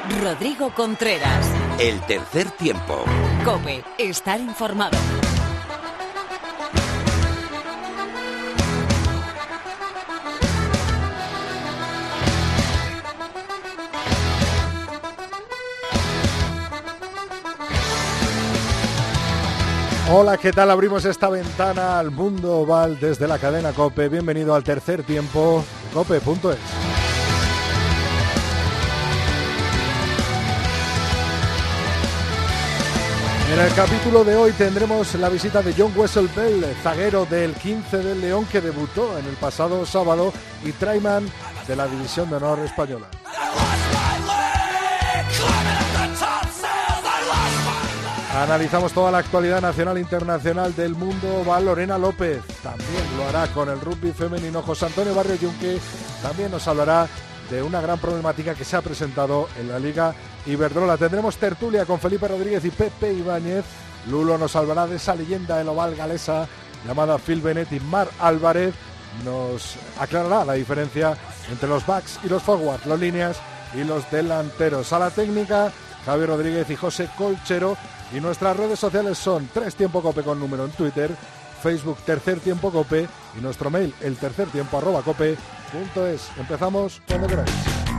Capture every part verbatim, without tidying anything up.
Rodrigo Contreras. El tercer tiempo. COPE, estar informado. Hola, ¿qué tal? Abrimos esta ventana al mundo oval desde la cadena COPE. Bienvenido al tercer tiempo de cope punto es. En el capítulo de hoy tendremos la visita de John Wessel-Bell, zaguero del quince del León que debutó en el pasado sábado, y Traiman de la División de Honor española. Analizamos toda la actualidad nacional e internacional del mundo oval. Lorena López también lo hará con el rugby femenino. José Antonio Barrio Yunque también nos hablará de una gran problemática que se ha presentado en la Liga Iberdrola. Tendremos tertulia con Felipe Rodríguez y Pepe Ibáñez. Lulo nos hablará de esa leyenda del oval galesa llamada Phil Bennett, y Mar Álvarez nos aclarará la diferencia entre los backs y los forwards, los líneas y los delanteros. A la técnica, Javier Rodríguez y José Colchero. Y nuestras redes sociales son Tres Tiempo Cope con número en Twitter, Facebook Tercer Tiempo Cope y nuestro mail el tercer tiempo arroba cope punto es. Empezamos cuando queráis.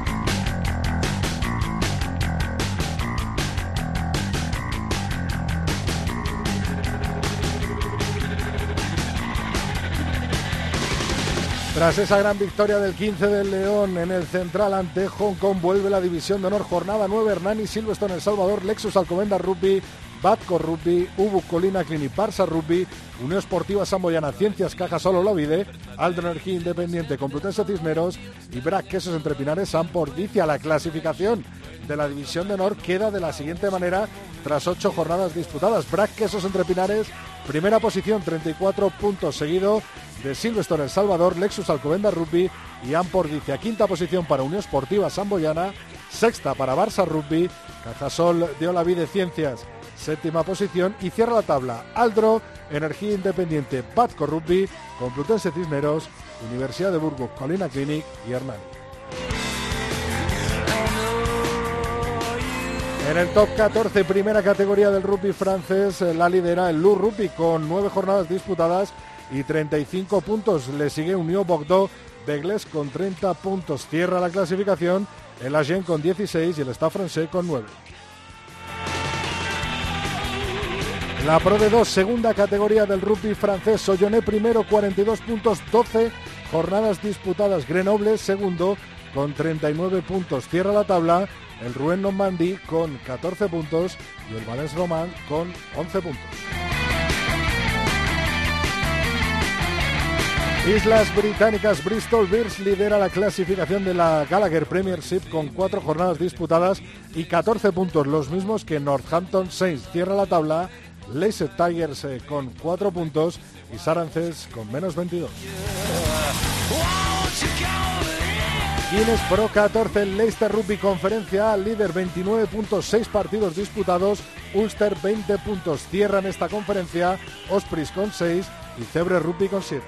Tras esa gran victoria del quince del León en el Central ante Hong Kong, vuelve la División de Honor, jornada nueve. Hernani Silverstone El Salvador, Lexus Alcobendas Rugby, Batco Rugby, Ubu Colina Clinic, Barça Rugby, Unión Esportiva Samboyana, Ciencias Cajasol Olavide, Aldro Energía Independiente, Complutense Cisneros y Brac Quesos Entre Pinares Ampordicia. La clasificación de la División de Honor queda de la siguiente manera tras ocho jornadas disputadas. Brac Quesos Entre Pinares, primera posición, treinta y cuatro puntos, seguido de Silverstone El Salvador, Lexus Alcobendas Rugby y Ampordicia. Quinta posición para Unión Esportiva Samboyana, sexta para Barça Rugby, Cajasol de Olavide Ciencias, séptima posición, y cierra la tabla Aldro Energía Independiente, Batco Rugby, Complutense Cisneros, Universidad de Burgos, Colina Clinic y Hernani. En el top catorce, primera categoría del rugby francés, la lidera el Lou Rugby con nueve jornadas disputadas y treinta y cinco puntos. Le sigue Unió Bordeaux Begles con treinta puntos. Cierra la clasificación el Agen con dieciséis y el Stade Francés con nueve. La Pro D dos, segunda categoría del rugby francés, Soyonné primero, cuarenta y dos puntos, doce jornadas disputadas. Grenoble segundo con treinta y nueve puntos. Cierra la tabla el Rouen Normandie con catorce puntos y el Valence Roman con once puntos. Islas Británicas, Bristol Bears lidera la clasificación de la Gallagher Premiership con cuatro jornadas disputadas y catorce puntos, los mismos que Northampton Saints. Cierra la tabla Leicester Tigers eh, con cuatro puntos y Saracens con menos veintidós. Guinness Pro catorce, Leicester Rugby Conferencia A, líder, veintinueve puntos, seis partidos disputados. Ulster veinte puntos. Cierran esta conferencia Ospreys con seis y Cebre Rugby con siete.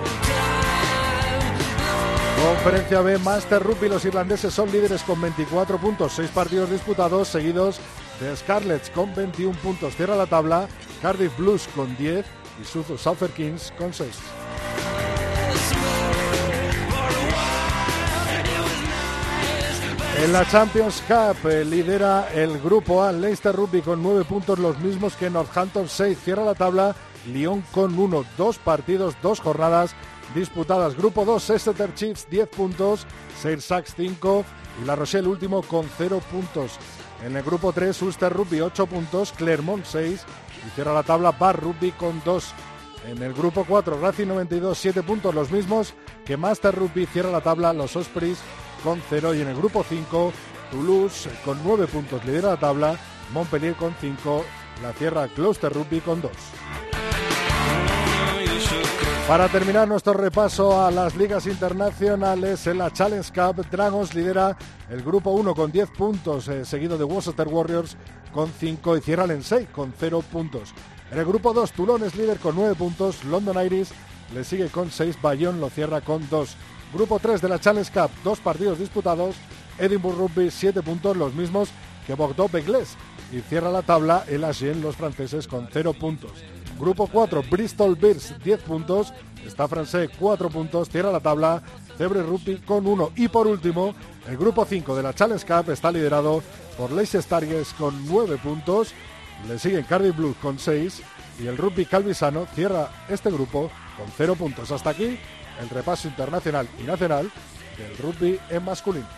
Conferencia B, Master Rugby, los irlandeses son líderes con veinticuatro puntos, seis partidos disputados, seguidos de Scarlets con veintiún puntos. Cierra la tabla Cardiff Blues con diez y Southern Kings con seis. En la Champions Cup eh, lidera el grupo A, Leicester Rugby con nueve puntos, los mismos que Northampton seis. Cierra la tabla Lyon con uno, dos partidos, dos jornadas disputadas. Grupo dos, Exeter Chiefs diez puntos, Saints cinco y La Rochelle último con cero puntos. En el grupo tres, Ulster Rugby ocho puntos, Clermont seis y cierra la tabla Bar Rugby con dos. En el grupo cuatro, Racing noventa y dos, siete puntos, los mismos que Master Rugby. Cierra la tabla los Ospreys con cero. Y en el grupo cinco, Toulouse con nueve puntos lidera la tabla, Montpellier con cinco, la cierra Gloucester Rugby con dos. Para terminar nuestro repaso a las ligas internacionales, en la Challenge Cup, Dragons lidera el grupo uno con diez puntos, eh, seguido de Worcester Warriors con cinco y cierra Lensei con cero puntos. En el grupo dos, Toulon es líder con nueve puntos, London Irish le sigue con seis, Bayonne lo cierra con dos. Grupo tres de la Challenge Cup, dos partidos disputados, Edinburgh Rugby siete puntos, los mismos que Bordeaux-Bègles. Y cierra la tabla el Agen, los franceses, con cero puntos. Grupo cuatro, Bristol Bears diez puntos, Stade Francés cuatro puntos, cierra la tabla Zebre Rugby con uno. Y por último, el grupo cinco de la Challenge Cup está liderado por Leicester Tigers con nueve puntos, le siguen Cardiff Blues con seis y el Rugby Calvisano cierra este grupo con cero puntos. Hasta aquí el repaso internacional y nacional del rugby en masculino.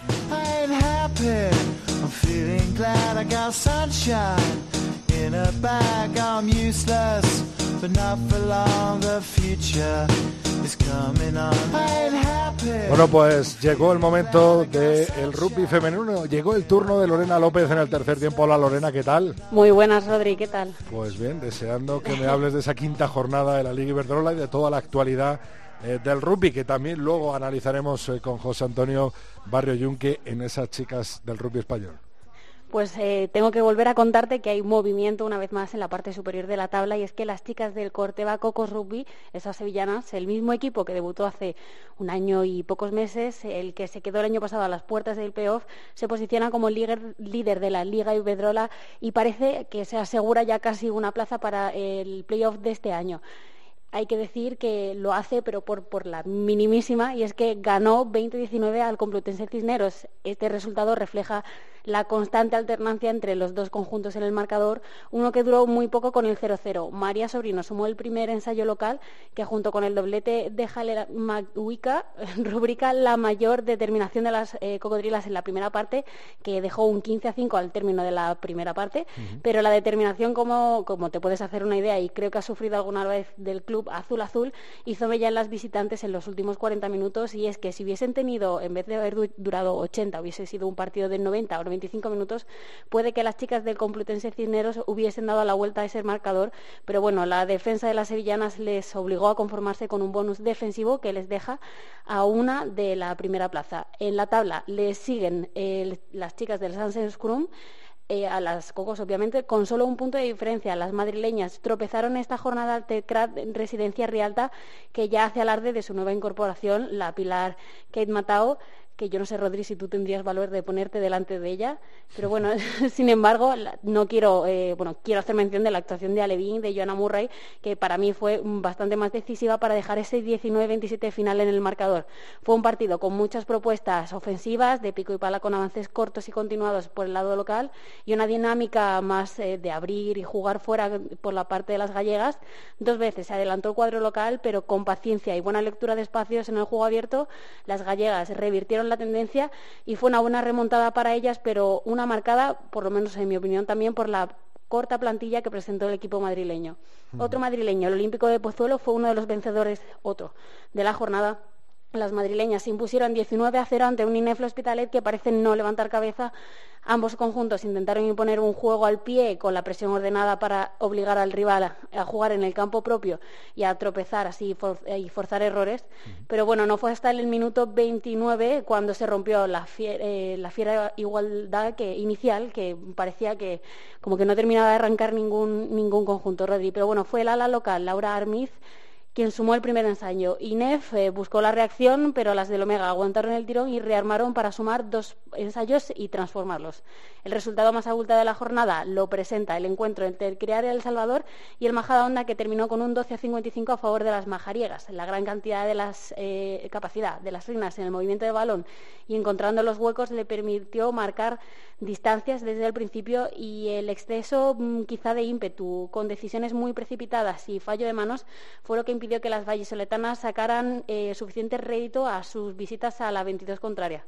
Bueno, pues llegó el momento del rugby femenino, llegó el turno de Lorena López en el tercer tiempo. Hola Lorena, ¿qué tal? Muy buenas, Rodri, ¿qué tal? Pues bien, deseando que me hables de esa quinta jornada de la Liga Iberdrola y de toda la actualidad eh, del rugby, que también luego analizaremos eh, con José Antonio Barrio Yunque en esas chicas del rugby español. Pues eh, tengo que volver a contarte que hay movimiento una vez más en la parte superior de la tabla, y es que las chicas del Corteva Cocos Rugby, esas sevillanas, el mismo equipo que debutó hace un año y pocos meses, el que se quedó el año pasado a las puertas del playoff, se posiciona como líder, líder de la Liga Iberdrola y parece que se asegura ya casi una plaza para el playoff de este año. Hay que decir que lo hace, pero por, por la minimísima, y es que ganó veinte diecinueve al Complutense Cisneros. Este resultado refleja la constante alternancia entre los dos conjuntos en el marcador, uno que duró muy poco con el cero cero. María Sobrino sumó el primer ensayo local, que junto con el doblete de Jalera Maguica rubrica la mayor determinación de las eh, cocodrilas en la primera parte, que dejó un quince a cinco al término de la primera parte, uh-huh. Pero la determinación, como, como te puedes hacer una idea, y creo que ha sufrido alguna vez del club azul azul, hizo mella en las visitantes en los últimos cuarenta minutos, y es que si hubiesen tenido, en vez de haber du- durado ochenta, hubiese sido un partido de noventa o veinticinco minutos, puede que las chicas del Complutense Cisneros hubiesen dado la vuelta a ese marcador, pero bueno, la defensa de las sevillanas les obligó a conformarse con un bonus defensivo que les deja a una de la primera plaza. En la tabla les siguen eh, las chicas del Sunset Scrum, Eh, a las Cocos, obviamente, con solo un punto de diferencia. Las madrileñas tropezaron esta jornada al Tecrat Residencia Rialta, que ya hace alarde de su nueva incorporación, la pilar Kate Matao, que yo no sé, Rodri, si tú tendrías valor de ponerte delante de ella, pero bueno, sin embargo, no quiero, eh, bueno, quiero hacer mención de la actuación de Alevín, de Joanna Murray, que para mí fue bastante más decisiva para dejar ese diecinueve veintisiete final en el marcador. Fue un partido con muchas propuestas ofensivas, de pico y pala, con avances cortos y continuados por el lado local, y una dinámica más eh, de abrir y jugar fuera por la parte de las gallegas. Dos veces se adelantó el cuadro local, pero con paciencia y buena lectura de espacios en el juego abierto, las gallegas revirtieron la tendencia y fue una buena remontada para ellas, pero una marcada, por lo menos en mi opinión, también por la corta plantilla que presentó el equipo madrileño. Uh-huh. Otro madrileño, el Olímpico de Pozuelo, fue uno de los vencedores, otro, de la jornada. Las madrileñas se impusieron diecinueve a cero ante un Ineflo Hospitalet que parece no levantar cabeza. Ambos conjuntos intentaron imponer un juego al pie con la presión ordenada para obligar al rival a, a jugar en el campo propio y a tropezar así for, y forzar errores. Uh-huh. Pero bueno, no fue hasta el minuto veintinueve cuando se rompió la fiera, eh, la fiera igualdad que, inicial, que parecía que como que no terminaba de arrancar ningún, ningún conjunto, Rodri. Pero bueno, fue el ala local, Laura Armiz, quien sumó el primer ensayo. Inef eh, buscó la reacción, pero las del Omega aguantaron el tirón y rearmaron para sumar dos ensayos y transformarlos. El resultado más abultado de la jornada lo presenta el encuentro entre el Crear El Salvador y el Majadahonda, que terminó con un doce a cincuenta y cinco a favor de las majariegas. La gran cantidad de las eh, capacidad de las reinas en el movimiento de balón y encontrando los huecos le permitió marcar distancias desde el principio, y el exceso mmm, quizá de ímpetu con decisiones muy precipitadas y fallo de manos fue lo que impidió que las vallisoletanas sacaran eh, suficiente rédito a sus visitas a la veintidós contraria.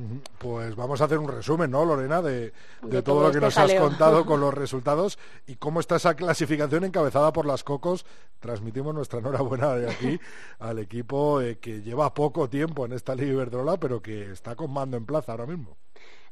Pues vamos a hacer un resumen, ¿no, Lorena, de, de, de todo, todo lo que este nos jaleo. has contado con los resultados y cómo está esa clasificación encabezada por las Cocos. Transmitimos nuestra enhorabuena de aquí al equipo eh, que lleva poco tiempo en esta Liga Iberdrola, pero que está con mando en plaza ahora mismo.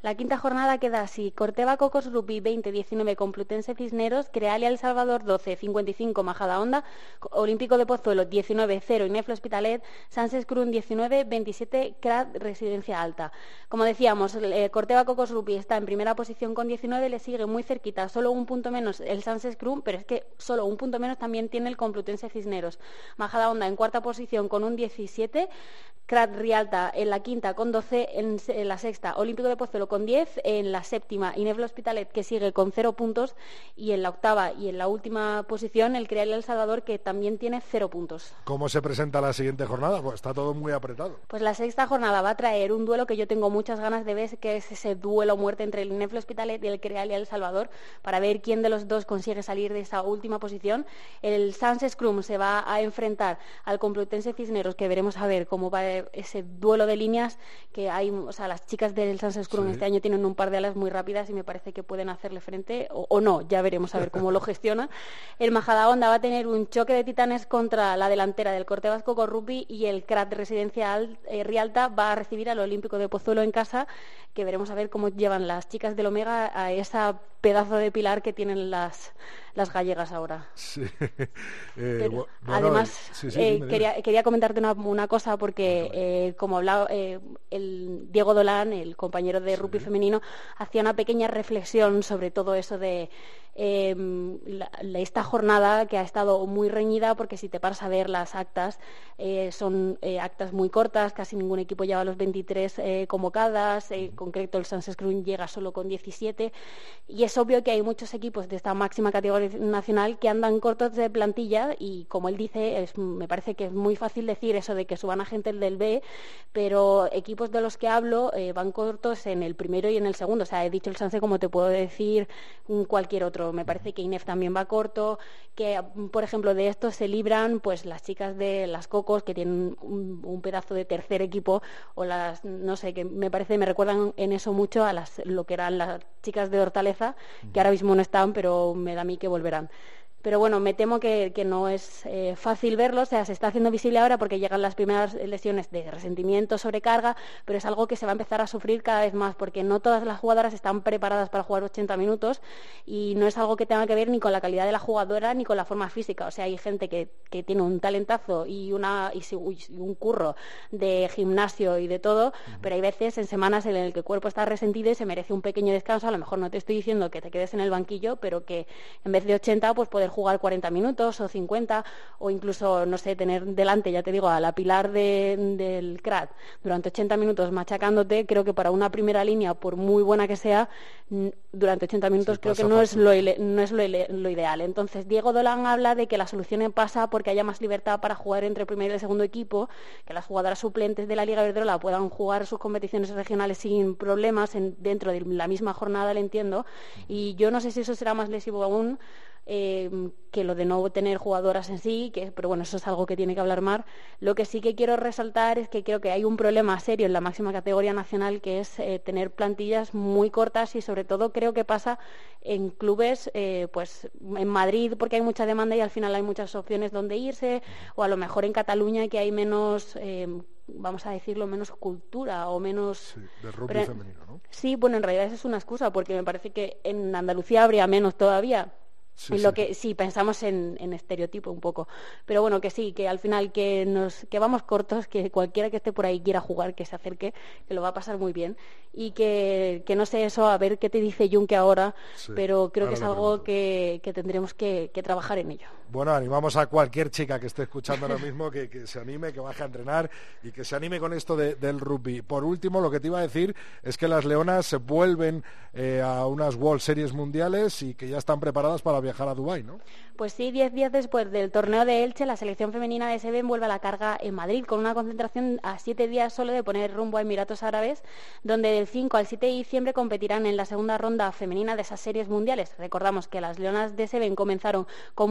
La quinta jornada queda así: Corteva Cocos Rugby veinte diecinueve, Complutense Cisneros, Crealia El Salvador doce cincuenta y cinco, Majadahonda, Olímpico de Pozuelo diecinueve cero, Ineflo Hospitalet, Sanses Crun diecinueve veintisiete, C R A D Residencia Alta. Como decíamos, eh, Corteva Cocos Rugby está en primera posición con diecinueve, le sigue muy cerquita, solo un punto menos el Sanses Crun, pero es que solo un punto menos también tiene el Complutense Cisneros. Majadahonda en cuarta posición con un diecisiete, C R A D Rialta en la quinta con doce, en, en la sexta Olímpico de Pozuelo con diez, en la séptima Ineflo Hospitalet, que sigue con cero puntos, y en la octava y en la última posición el Crealia El Salvador, que también tiene cero puntos. ¿Cómo se presenta la siguiente jornada? Pues está todo muy apretado. Pues la sexta jornada va a traer un duelo que yo tengo muchas ganas de ver, que es ese duelo a muerte entre el Ineflo Hospitalet y el Crealia El Salvador, para ver quién de los dos consigue salir de esa última posición. El Sanses Crun se va a enfrentar al Complutense Cisneros, que veremos a ver cómo va ese duelo de líneas, que hay, o sea, las chicas del Sanses Crun sí. este año tienen un par de alas muy rápidas y me parece que pueden hacerle frente, o, o no, ya veremos a ver cómo lo gestiona. El Majadahonda va a tener un choque de titanes contra la delantera del Corteva Cocos Rugby, y el C R A D Residencia eh, Rialta va a recibir al Olímpico de Pozuelo en casa, que veremos a ver cómo llevan las chicas del Omega a esa pedazo de pilar que tienen las, las gallegas ahora. Sí. eh, Pero, bueno, además, sí, sí, eh, dime, quería, dime. quería comentarte una, una cosa, porque eh, como hablaba eh, el Diego Dolán, el compañero de rugby sí. femenino, hacía una pequeña reflexión sobre todo eso de eh, la, la, esta jornada, que ha estado muy reñida, porque si te paras a ver las actas, eh, son eh, actas muy cortas, casi ningún equipo lleva los veintitrés eh, convocadas, eh, en concreto el Sanses Crun llega solo con diecisiete, y es obvio que hay muchos equipos de esta máxima categoría nacional que andan cortos de plantilla, y como él dice, es, me parece que es muy fácil decir eso de que suban a gente del B, pero equipos de los que hablo eh, van cortos en el primero y en el segundo. O sea, he dicho el Sanse como te puedo decir cualquier otro. Me parece que Inef también va corto, que por ejemplo de estos se libran pues las chicas de las Cocos, que tienen un, un pedazo de tercer equipo, o las, no sé, que me parece, me recuerdan en eso mucho a las lo que eran las chicas de Hortaleza, que ahora mismo no están, pero me da a mí que volverán. Pero bueno, me temo que, que no es eh, fácil verlo, o sea, se está haciendo visible ahora porque llegan las primeras lesiones de resentimiento, sobrecarga, pero es algo que se va a empezar a sufrir cada vez más, porque no todas las jugadoras están preparadas para jugar ochenta minutos, y no es algo que tenga que ver ni con la calidad de la jugadora ni con la forma física. O sea, hay gente que, que tiene un talentazo y, una, y un curro de gimnasio y de todo, uh-huh. pero hay veces en semanas en las que el cuerpo está resentido y se merece un pequeño descanso. A lo mejor no te estoy diciendo que te quedes en el banquillo, pero que en vez de ochenta, pues poder jugar cuarenta minutos o cincuenta, o incluso, no sé, tener delante, ya te digo, a la pilar de, del C R A D durante ochenta minutos machacándote. Creo que para una primera línea, por muy buena que sea, durante ochenta minutos sí, creo que no es, lo, no es lo, lo ideal. Entonces, Diego Dolán habla de que la solución pasa porque haya más libertad para jugar entre el primer y el segundo equipo, que las jugadoras suplentes de la Liga Iberdrola puedan jugar sus competiciones regionales sin problemas en, dentro de la misma jornada, le entiendo, y yo no sé si eso será más lesivo aún Eh, que lo de no tener jugadoras en sí, que, pero bueno, eso es algo que tiene que hablar Mar. Lo que sí que quiero resaltar es que creo que hay un problema serio en la máxima categoría nacional, que es eh, tener plantillas muy cortas, y sobre todo creo que pasa en clubes, eh, pues en Madrid, porque hay mucha demanda y al final hay muchas opciones donde irse, o a lo mejor en Cataluña, que hay menos, eh, vamos a decirlo, menos cultura o menos... Sí, de rugby pero, femenino, ¿no? Sí, bueno, en realidad eso es una excusa, porque me parece que en Andalucía habría menos todavía. Sí, lo sí. que sí pensamos en, en estereotipo un poco, pero bueno, que sí, que al final que nos que vamos cortos, que cualquiera que esté por ahí quiera jugar, que se acerque, que lo va a pasar muy bien, y que, que no sé eso, a ver qué te dice Junque ahora, sí, pero creo que es algo que, que tendremos que, que trabajar en ello. Bueno, animamos a cualquier chica que esté escuchando ahora mismo que, que se anime, que baje a entrenar y que se anime con esto de, del rugby. Por último, lo que te iba a decir es que las leonas se vuelven eh, a unas World Series mundiales y que ya están preparadas para viajar a Dubái, ¿no? Pues sí, diez días después del torneo de Elche, la selección femenina de Seven vuelve a la carga en Madrid, con una concentración a siete días solo de poner rumbo a Emiratos Árabes, donde del cinco al siete de diciembre competirán en la segunda ronda femenina de esas series mundiales. Recordamos que las leonas de Seven comenzaron con muy buen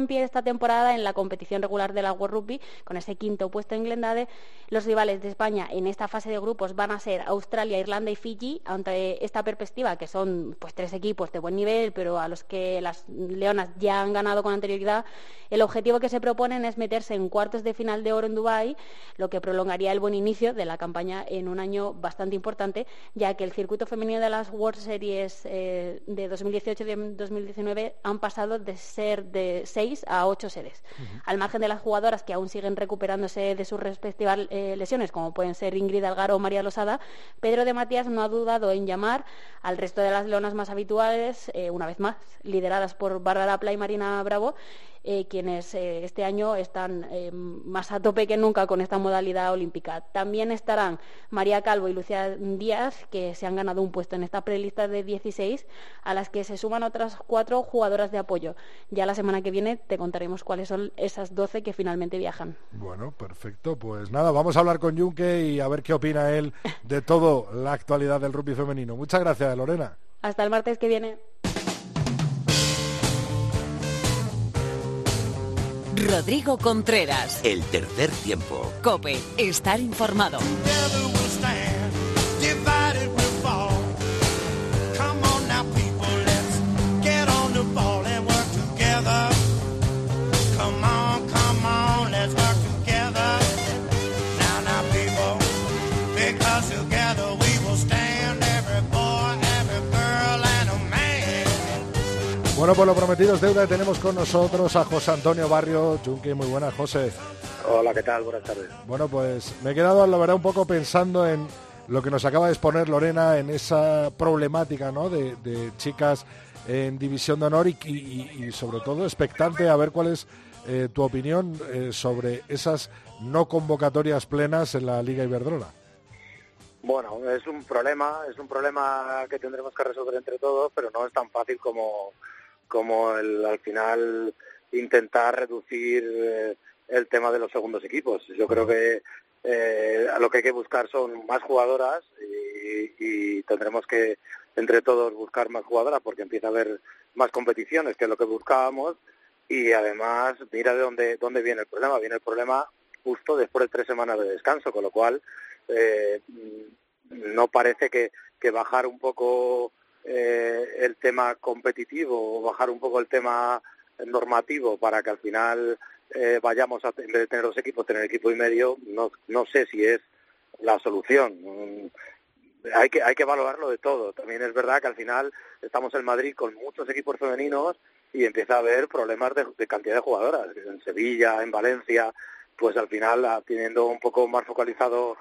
pie esta temporada en la competición regular de la World Rugby, con ese quinto puesto en Glendale. Los rivales de España en esta fase de grupos van a ser Australia, Irlanda y Fiji, ante esta perspectiva que son pues tres equipos de buen nivel, pero a los que las leonas ya han ganado con anterioridad. El objetivo que se proponen es meterse en cuartos de final de oro en Dubái, lo que prolongaría el buen inicio de la campaña en un año bastante importante, ya que el circuito femenino de las World Series eh, de dos mil dieciocho y de dos mil diecinueve han pasado de ser de seis a ocho sedes. Uh-huh. Al margen de las jugadoras que aún siguen recuperándose de sus respectivas eh, lesiones, como pueden ser Ingrid Algaro o María Losada, Pedro de Matías no ha dudado en llamar al resto de las leonas más habituales, eh, una vez más, lideradas por Bárbara Pla y Marina Bravo, Eh, quienes eh, este año están eh, más a tope que nunca con esta modalidad olímpica. También estarán María Calvo y Lucía Díaz, que se han ganado un puesto en esta prelista de dieciséis, a las que se suman otras cuatro jugadoras de apoyo. Ya la semana que viene te contaremos cuáles son esas doce que finalmente viajan. Bueno, perfecto. Pues nada, vamos a hablar con Yunque y a ver qué opina él de todo la actualidad del rugby femenino. Muchas gracias, Lorena. Hasta el martes que viene. Rodrigo Contreras. El tercer tiempo. COPE. Estar informado. Bueno, pues lo prometido es deuda. Tenemos con nosotros a José Antonio Barrio. Yunque, muy buenas, José. Hola, ¿qué tal? Buenas tardes. Bueno, pues me he quedado, la verdad, un poco pensando en lo que nos acaba de exponer Lorena, en esa problemática, ¿no?, de, de chicas en División de Honor y, y, y sobre todo expectante a ver cuál es eh, tu opinión eh, sobre esas no convocatorias plenas en la Liga Iberdrola. Bueno, es un problema, es un problema que tendremos que resolver entre todos, pero no es tan fácil como... como el, al final intentar reducir eh, el tema de los segundos equipos. Yo creo que eh, lo que hay que buscar son más jugadoras y, y tendremos que entre todos buscar más jugadoras porque empieza a haber más competiciones, que es lo que buscábamos, y además mira de dónde, dónde viene el problema. Viene el problema justo después de tres semanas de descanso, con lo cual eh, no parece que, que bajar un poco Eh, el tema competitivo o bajar un poco el tema normativo para que al final eh, vayamos a, en vez de tener dos equipos, tener equipo y medio, no, no sé si es la solución. Mm, hay que hay que valorarlo de todo. También es verdad que al final estamos en Madrid con muchos equipos femeninos y empieza a haber problemas de, de cantidad de jugadoras. En Sevilla, en Valencia, pues al final teniendo un poco más focalizado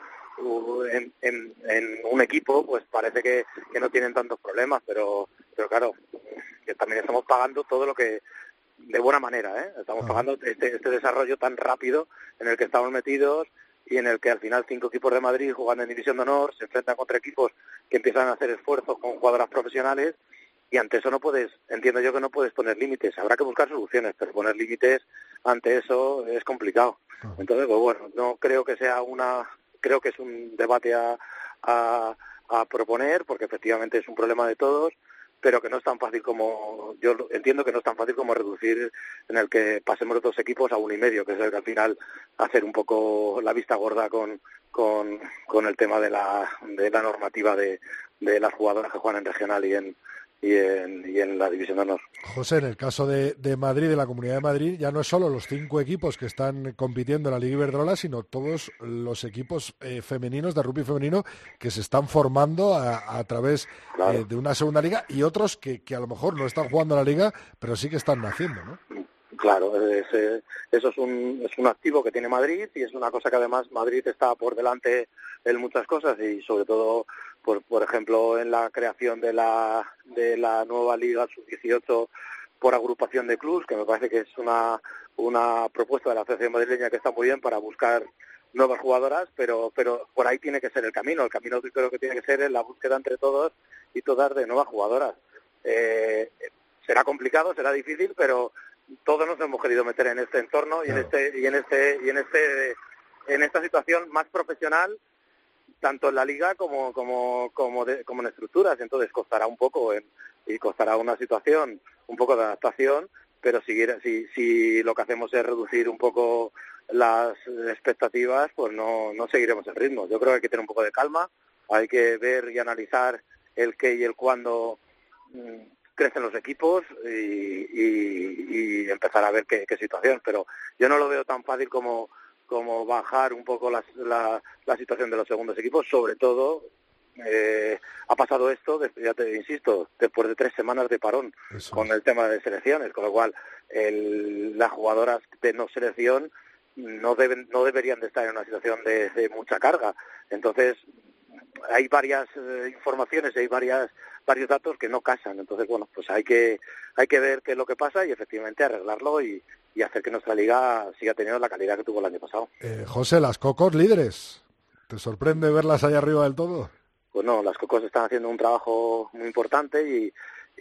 En, en, en un equipo, pues parece que, que no tienen tantos problemas, pero pero claro, que también estamos pagando todo lo que, de buena manera, ¿eh? Estamos pagando este, este desarrollo tan rápido en el que estamos metidos y en el que al final cinco equipos de Madrid jugando en División de Honor se enfrentan contra equipos que empiezan a hacer esfuerzos con jugadoras profesionales y ante eso no puedes, entiendo yo que no puedes poner límites, habrá que buscar soluciones, pero poner límites ante eso es complicado. Entonces, pues bueno, no creo que sea una... Creo que es un debate a, a, a proponer, porque efectivamente es un problema de todos, pero que no es tan fácil como, yo entiendo que no es tan fácil como reducir en el que pasemos los dos equipos a uno y medio, que es el que al final hacer un poco la vista gorda con, con, con el tema de la, de la normativa de, de las jugadoras que juegan en regional y en, y en, y en la División de Honor. José, en el caso de, de Madrid, de la Comunidad de Madrid, ya no es solo los cinco equipos que están compitiendo en la Liga Iberdrola, sino todos los equipos eh, femeninos de rugby femenino que se están formando a, a través claro. eh, de una segunda liga y otros que, que a lo mejor no están jugando en la liga, pero sí que están naciendo, ¿no? Claro, es, eh, eso es un, es un activo que tiene Madrid y es una cosa que además Madrid está por delante en muchas cosas y sobre todo, por, por ejemplo, en la creación de la, de la nueva Liga sub dieciocho por agrupación de clubes, que me parece que es una, una propuesta de la Federación Madrileña que está muy bien para buscar nuevas jugadoras, pero pero por ahí tiene que ser el camino. El camino que creo que tiene que ser es la búsqueda entre todos y todas de nuevas jugadoras. Eh, será complicado, será difícil, pero todos nos hemos querido meter en este entorno y claro. en este y en este y en este en esta situación más profesional, tanto en la liga como como como, de, como en estructuras. Entonces costará un poco en, y costará una situación un poco de adaptación, pero si, si, si lo que hacemos es reducir un poco las expectativas, pues no, no seguiremos el ritmo. Yo creo que hay que tener un poco de calma, hay que ver y analizar el qué y el cuándo mmm, crecen los equipos y, y, y empezar a ver qué, qué situación, pero yo no lo veo tan fácil como, como bajar un poco la, la, la situación de los segundos equipos, sobre todo eh, ha pasado esto, ya te insisto, después de tres semanas de parón Eso con es. el tema de selecciones, con lo cual el, las jugadoras de no selección no deben no deberían de estar en una situación de, de mucha carga. Entonces hay varias eh, informaciones, hay varias varios datos que no casan. Entonces, bueno, pues hay que hay que ver qué es lo que pasa y efectivamente arreglarlo y, y hacer que nuestra liga siga teniendo la calidad que tuvo el año pasado. Eh, José, las Cocos líderes, ¿te sorprende verlas ahí arriba del todo? Pues no, las Cocos están haciendo un trabajo muy importante y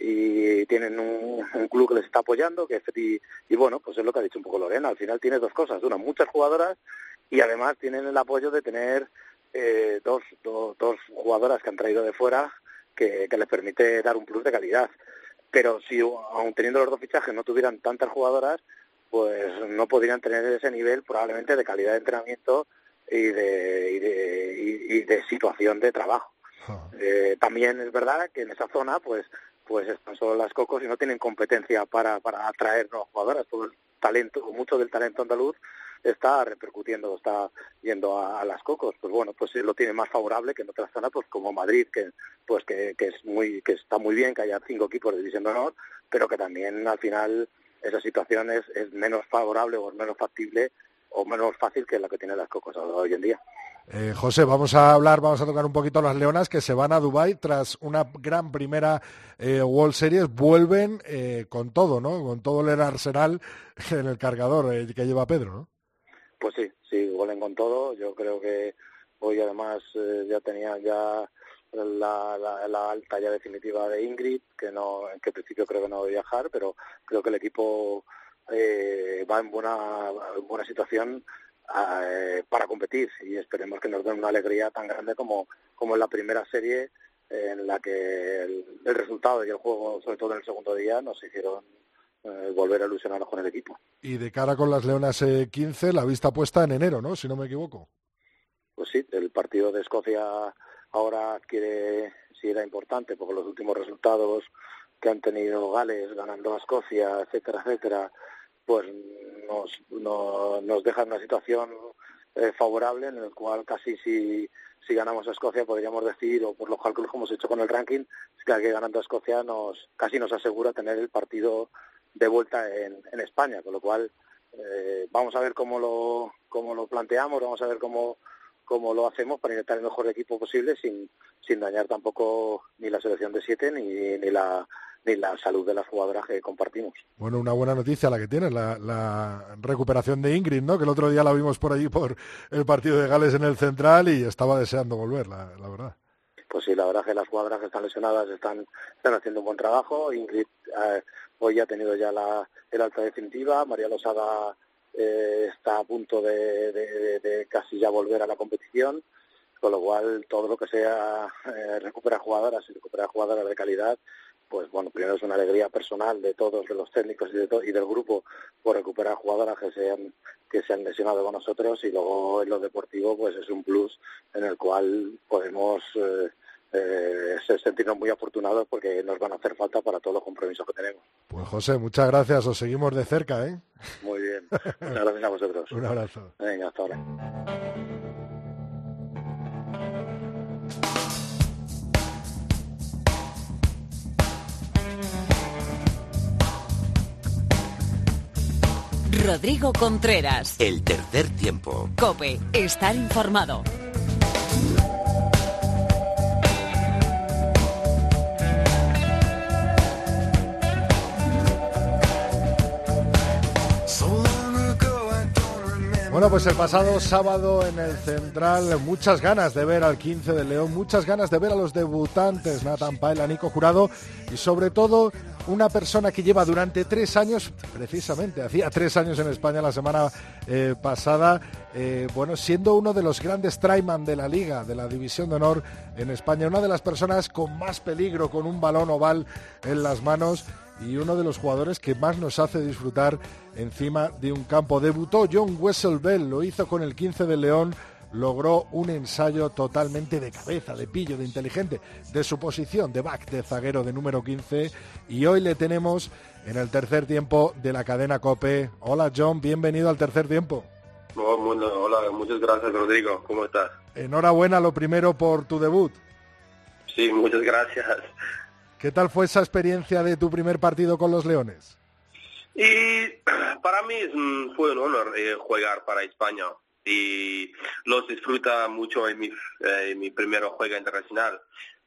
y tienen un, un club que les está apoyando, que y, y bueno, pues es lo que ha dicho un poco Lorena, al final tiene dos cosas, una, muchas jugadoras y además tienen el apoyo de tener eh, dos, do, dos jugadoras que han traído de fuera que, que les permite dar un plus de calidad, pero si aun teniendo los dos fichajes no tuvieran tantas jugadoras, pues no podrían tener ese nivel probablemente de calidad de entrenamiento y de, y de, y, y de situación de trabajo. Eh, también es verdad que en esa zona pues pues están solo las Cocos y no tienen competencia para, para atraer nuevas jugadoras. Todo el talento, mucho del talento andaluz está repercutiendo, está yendo a, a las Cocos. Pues bueno, pues lo tiene más favorable que en otras zonas, pues como Madrid, que pues que, que es muy que está muy bien que haya cinco equipos de división de honor, pero que también al final esa situación es, es menos favorable o menos factible o menos fácil que la que tienen las Cocos hoy en día. Eh, José, vamos a hablar, vamos a tocar un poquito las leonas que se van a Dubái tras una gran primera eh, World Series, vuelven eh, con todo, ¿no? Con todo el arsenal en el cargador eh, que lleva Pedro, ¿no? Pues sí, sí, vuelven con todo. Yo creo que hoy además eh, ya tenían ya la, la, la alta ya definitiva de Ingrid, que no, en que principio creo que no va a viajar, pero creo que el equipo eh, va en buena, en buena situación Eh, para competir y esperemos que nos den una alegría tan grande como, como en la primera serie eh, en la que el, el resultado y el juego, sobre todo en el segundo día, nos hicieron eh, volver a ilusionarnos con el equipo. Y de cara con las Leonas eh, quince, la vista puesta en enero, ¿no? Si no me equivoco. Pues sí, el partido de Escocia ahora adquiere, sí era importante, porque los últimos resultados que han tenido Gales ganando a Escocia, etcétera, etcétera, pues nos, no, nos deja en una situación eh, favorable en el cual casi si, si ganamos a Escocia podríamos decir, o por los cálculos que hemos hecho con el ranking, es que, que ganando a Escocia nos casi nos asegura tener el partido de vuelta en, en España, con lo cual eh, vamos a ver cómo lo, cómo lo planteamos, vamos a ver cómo, cómo lo hacemos para intentar el mejor equipo posible sin, sin dañar tampoco ni la selección de siete ni, ni la ni la salud de las jugadoras que compartimos. Bueno, una buena noticia la que tienes, la, la recuperación de Ingrid, ¿no? Que el otro día la vimos por allí por el partido de Gales en el Central y estaba deseando volver, la, la verdad. Pues sí, la verdad que las jugadoras que están lesionadas están, están haciendo un buen trabajo. Ingrid eh, hoy ha tenido ya la, el alta definitiva, María Losada eh, está a punto de, de, de, de casi ya volver a la competición, con lo cual todo lo que sea eh, recuperar jugadoras y recuperar jugadoras de calidad, pues bueno, primero es una alegría personal de todos, de los técnicos y, de to- y del grupo por recuperar jugadoras que se han que se han lesionado con nosotros, y luego en lo deportivo pues es un plus en el cual podemos eh, eh, sentirnos muy afortunados porque nos van a hacer falta para todos los compromisos que tenemos. Pues José, muchas gracias, os seguimos de cerca, ¿eh? Muy bien, muchas gracias a vosotros. Un abrazo. Venga, hasta ahora. Rodrigo Contreras. El tercer tiempo. COPE. Estar informado. Bueno, pues el pasado sábado en el Central, muchas ganas de ver al quince del León, muchas ganas de ver a los debutantes, Nathan Paela, Nico Jurado, y sobre todo una persona que lleva durante tres años, precisamente, hacía tres años en España la semana eh, pasada, eh, bueno, siendo uno de los grandes tryman de la Liga, de la División de Honor en España, una de las personas con más peligro, con un balón oval en las manos y uno de los jugadores que más nos hace disfrutar encima de un campo. Debutó John Wessel-Bell, lo hizo con el quince de León, logró un ensayo totalmente de cabeza, de pillo, de inteligente, de su posición de back, de zaguero, de número quince, y hoy le tenemos en el tercer tiempo de la cadena COPE. Hola John, bienvenido al tercer tiempo. Oh, bueno, hola, muchas gracias Rodrigo, ¿cómo estás? Enhorabuena lo primero por tu debut. Sí, muchas gracias. ¿Qué tal fue esa experiencia de tu primer partido con los Leones? Y para mí fue un honor eh, jugar para España. Y los disfruta mucho en mi, eh, en mi primer juego internacional.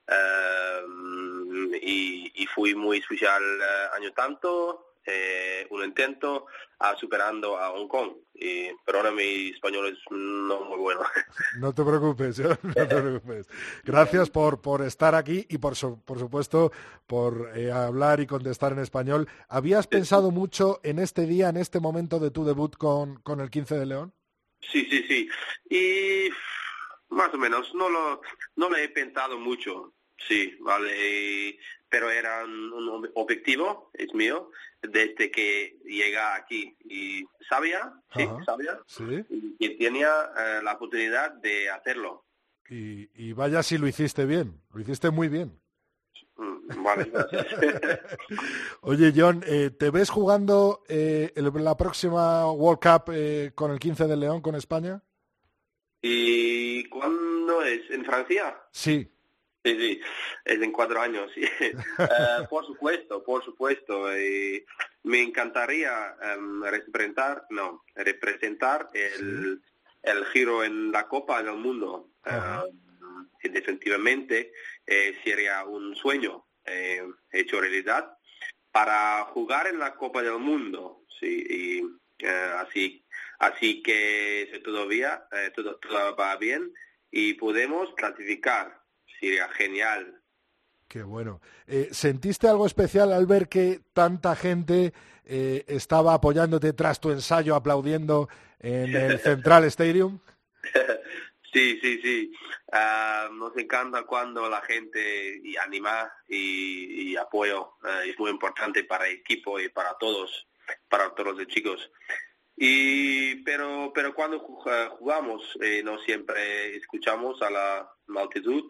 Uh, y, y fui muy especial uh, año tanto, eh, un intento a superando a Hong Kong. Y, pero ahora mi español es no muy bueno. No te preocupes, ¿eh? No te preocupes. Gracias por, por estar aquí y por, su, por supuesto por eh, hablar y contestar en español. ¿Habías pensado mucho en este día, en este momento de tu debut con, con el quince de León? Sí, sí, sí. Y más o menos, no lo, no lo he pensado mucho, sí, vale. Pero era un, un objetivo, es mío, desde que llega aquí. Y sabía, sí, Ajá, sabía, sí. Y, y tenía eh, la oportunidad de hacerlo. Y, y vaya si lo hiciste bien, lo hiciste muy bien. Vale, gracias. Oye, John, eh, ¿te ves jugando eh, el, la próxima World Cup eh, con el quince de León, con España? ¿Y cuándo es? ¿En Francia? Sí. Sí, sí, es en cuatro años. Sí. uh, por supuesto, por supuesto. Eh, me encantaría um, representar, no, representar el, sí. el giro en la Copa del Mundo. Uh, y definitivamente eh, sería un sueño eh, hecho realidad para jugar en la Copa del Mundo. Sí, y uh, así, así que si todavía eh, todo, todo va bien y podemos clasificar. Sería genial. Qué bueno. Eh, ¿Sentiste algo especial al ver que tanta gente eh, estaba apoyándote tras tu ensayo, aplaudiendo en el Central Stadium? Sí, sí, sí. Uh, nos encanta cuando la gente y anima y, y apoyo. Uh, es muy importante para el equipo y para todos, para todos los chicos. Y pero pero cuando jugamos eh, no siempre escuchamos a la multitud,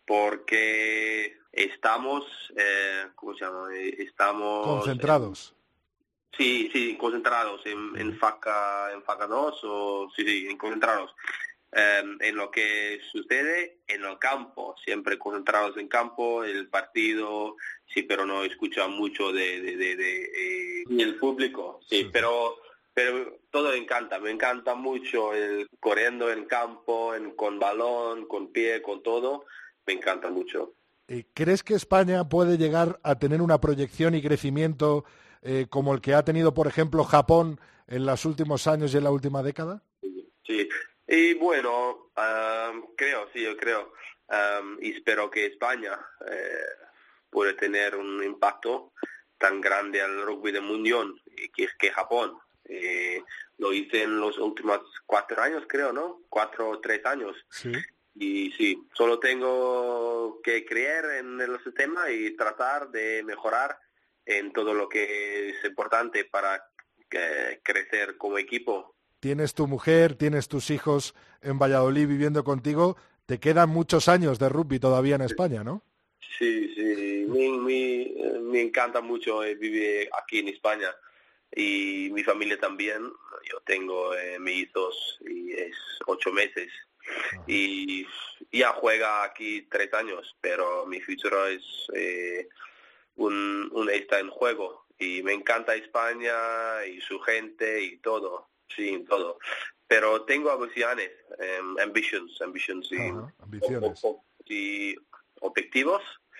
porque estamos, eh, ¿cómo se llama? Estamos... Concentrados. En, sí, sí, concentrados, en, en faca, en faca dos, o sí, sí, en concentrados. Eh, en lo que sucede en el campo, siempre concentrados en campo, el partido, sí, pero no escuchan mucho de, de, de, de eh, el público, sí, sí, pero... Pero todo me encanta, me encanta mucho el corriendo en campo, en, con balón, con pie, con todo. Me encanta mucho. ¿Crees que España puede llegar a tener una proyección y crecimiento eh, como el que ha tenido, por ejemplo, Japón en los últimos años y en la última década? Sí, y bueno, um, creo, sí, yo creo. Um, y espero que España eh, pueda tener un impacto tan grande al rugby del mundial que, que Japón. Eh, lo hice en los últimos cuatro años, creo, ¿no? Cuatro o tres años. Sí. Y sí, solo tengo que creer en el sistema y tratar de mejorar en todo lo que es importante para eh, crecer como equipo. Tienes tu mujer, tienes tus hijos en Valladolid viviendo contigo. Te quedan muchos años de rugby todavía en España, ¿no? Sí, sí. Me, me, me encanta mucho vivir aquí en España. Y mi familia también. Yo tengo eh, mis hijos y es ocho meses. Ajá. Y ya juega aquí tres años, pero mi futuro es eh, un, un está en juego. Y me encanta España y su gente y todo, sí, todo. Pero tengo ambiciones, um, ambitions, ambitions y, Ajá, ambiciones. O, o, y objetivos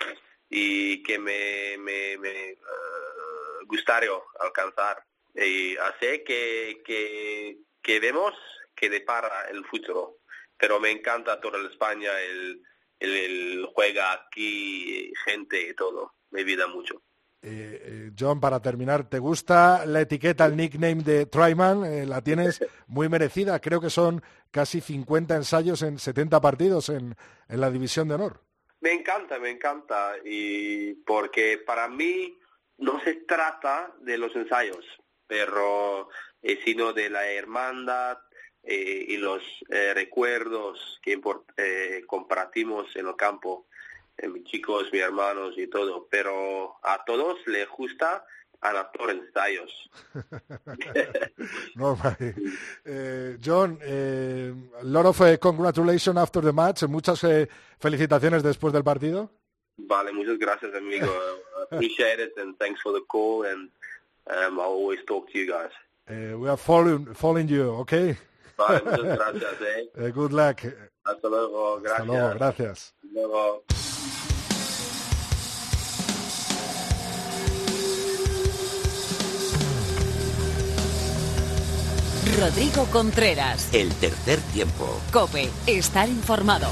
y que me, me, me uh, gustaría alcanzar. Y así que, que, que vemos que depara el futuro. Pero me encanta toda la España, el, el, el juega aquí, gente y todo. Me vida mucho. Eh, eh, John, para terminar, ¿te gusta la etiqueta, el nickname de Tryman? Eh, la tienes muy merecida. Creo que son casi cincuenta ensayos en setenta partidos en, en la División de Honor. Me encanta, me encanta. Y porque para mí no se trata de los ensayos, pero eh, sino de la hermandad eh, y los eh, recuerdos que import, eh, compartimos en el campo, eh, mis chicos, mis hermanos y todo. Pero a todos les gusta adaptar ensayos. No, eh, John, eh, a lot of uh, congratulations after the match. Muchas eh, felicitaciones después del partido. Vale, muchas gracias, amigo. I appreciate it and thanks for the call and um, I always talk to you guys. Uh, we are following, following you, okay? Vale, muchas gracias, eh. Uh, good luck. Hasta luego, gracias. Hasta luego, gracias. Hasta luego. Rodrigo Contreras. El tercer tiempo. COPE. Estar informado.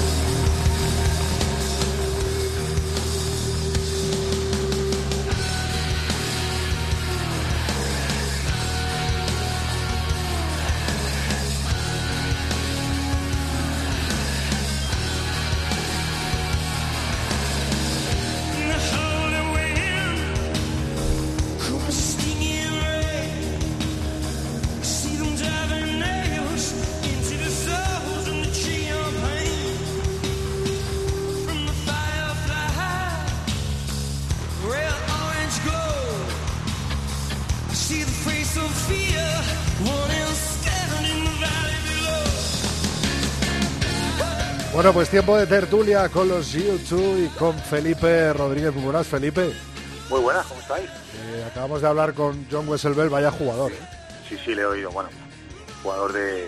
Bueno, pues tiempo de tertulia con los U dos y con Felipe Rodríguez. Muy buenas, Felipe. Muy buenas, ¿cómo estáis? Eh, acabamos de hablar con John Wesselbel, vaya jugador. ¿eh? Sí, sí, le he oído. Bueno, jugador de,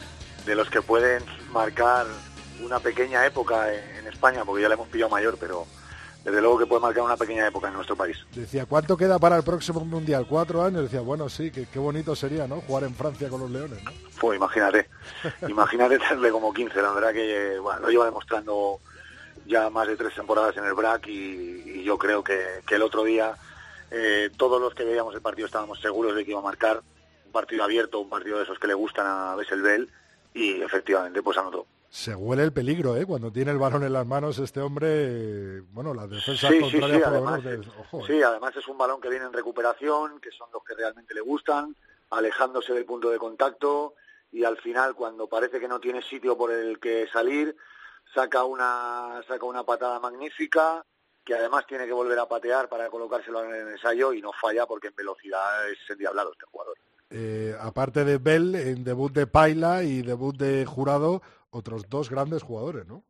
de los que pueden marcar una pequeña época en, en España, porque ya le hemos pillado mayor, pero desde luego que puede marcar una pequeña época en nuestro país. Decía, ¿cuánto queda para el próximo Mundial? ¿Cuatro años? Decía, bueno, sí, que qué bonito sería, ¿no? Jugar en Francia con los Leones, ¿no? Pues imagínate, imagínate darle como quince, la verdad que bueno, lo lleva demostrando ya más de tres temporadas en el B R A C y, y yo creo que, que el otro día eh, todos los que veíamos el partido estábamos seguros de que iba a marcar un partido abierto, un partido de esos que le gustan a Wesselbel y efectivamente pues anotó. Se huele el peligro, ¿eh? Cuando tiene el balón en las manos este hombre, eh, bueno, las defensas sí, contrarias sí, sí, por lo además, menos de, ojo, sí, ¿eh? además es un balón que viene en recuperación, que son los que realmente le gustan, alejándose del punto de contacto y al final cuando parece que no tiene sitio por el que salir, saca una saca una patada magnífica que además tiene que volver a patear para colocárselo en el ensayo y no falla porque en velocidad es endiablado este jugador. Eh, aparte de Bell, en debut de Paila y debut de Jurado, otros dos grandes jugadores, ¿no?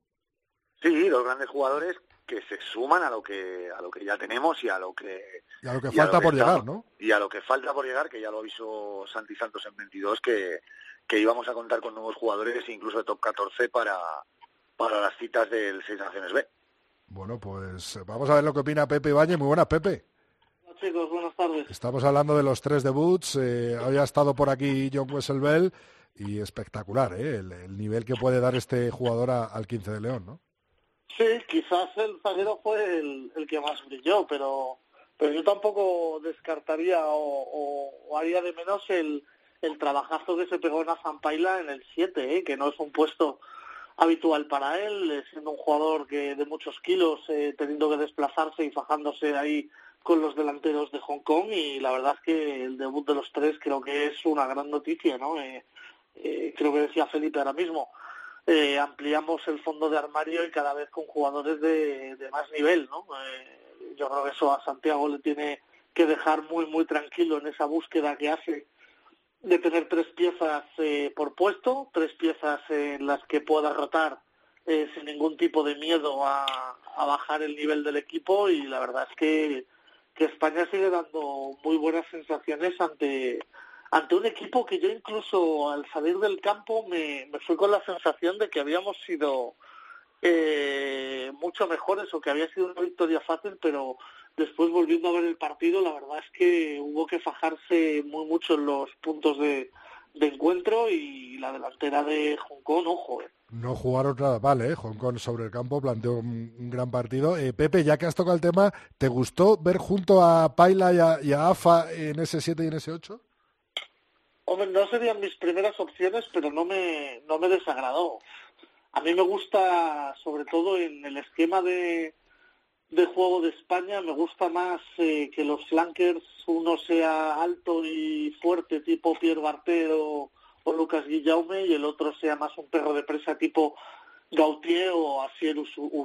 Sí, dos grandes jugadores que se suman a lo que a lo que ya tenemos y a lo que y a lo que falta lo que por estamos, llegar, ¿no? Y a lo que falta por llegar, que ya lo avisó Santi Santos en veintidós, que, que íbamos a contar con nuevos jugadores, incluso de top catorce para, para las citas del Seis Naciones B. Bueno, pues vamos a ver lo que opina Pepe Ibáñez. Muy buenas, Pepe. Hola, chicos, buenas tardes. Estamos hablando de los tres debuts. Eh, hoy ha estado por aquí John Wesselbel y espectacular, ¿eh? El, el nivel que puede dar este jugador a, al quince de León, ¿no? Sí, quizás el zaguero fue el, el que más brilló, pero pero yo tampoco descartaría o, o, o haría de menos el, el trabajazo que se pegó en Azampaila en el siete, ¿eh? Que no es un puesto habitual para él, siendo un jugador que de muchos kilos, eh, teniendo que desplazarse y fajándose ahí con los delanteros de Hong Kong, y la verdad es que el debut de los tres creo que es una gran noticia, ¿no? Eh, eh, creo que decía Felipe ahora mismo, eh, ampliamos el fondo de armario y cada vez con jugadores de, de más nivel, ¿no? Eh, yo creo que eso a Santiago le tiene que dejar muy, muy tranquilo en esa búsqueda que hace de tener tres piezas eh, por puesto, tres piezas en las que pueda rotar eh, sin ningún tipo de miedo a, a bajar el nivel del equipo, y la verdad es que, que España sigue dando muy buenas sensaciones ante ante un equipo que yo incluso al salir del campo me, me fui con la sensación de que habíamos sido eh, mucho mejores o que había sido una victoria fácil, pero después volviendo a ver el partido la verdad es que hubo que fajarse muy mucho en los puntos de, de encuentro, y la delantera de Hong Kong, ojo, eh. No jugaron nada mal, ¿eh? Hong Kong sobre el campo planteó un, un gran partido. Eh, Pepe, ya que has tocado el tema, ¿te gustó ver junto a Paila y a, y a Afa en ese siete y en ese ocho? Hombre, no serían mis primeras opciones, pero no me, no me desagradó. A mí me gusta, sobre todo en el esquema de, de juego de España, me gusta más eh, que los flankers uno sea alto y fuerte, tipo Pierre Barté o, o Lucas Guillaume, y el otro sea más un perro de presa tipo Gautier o Asier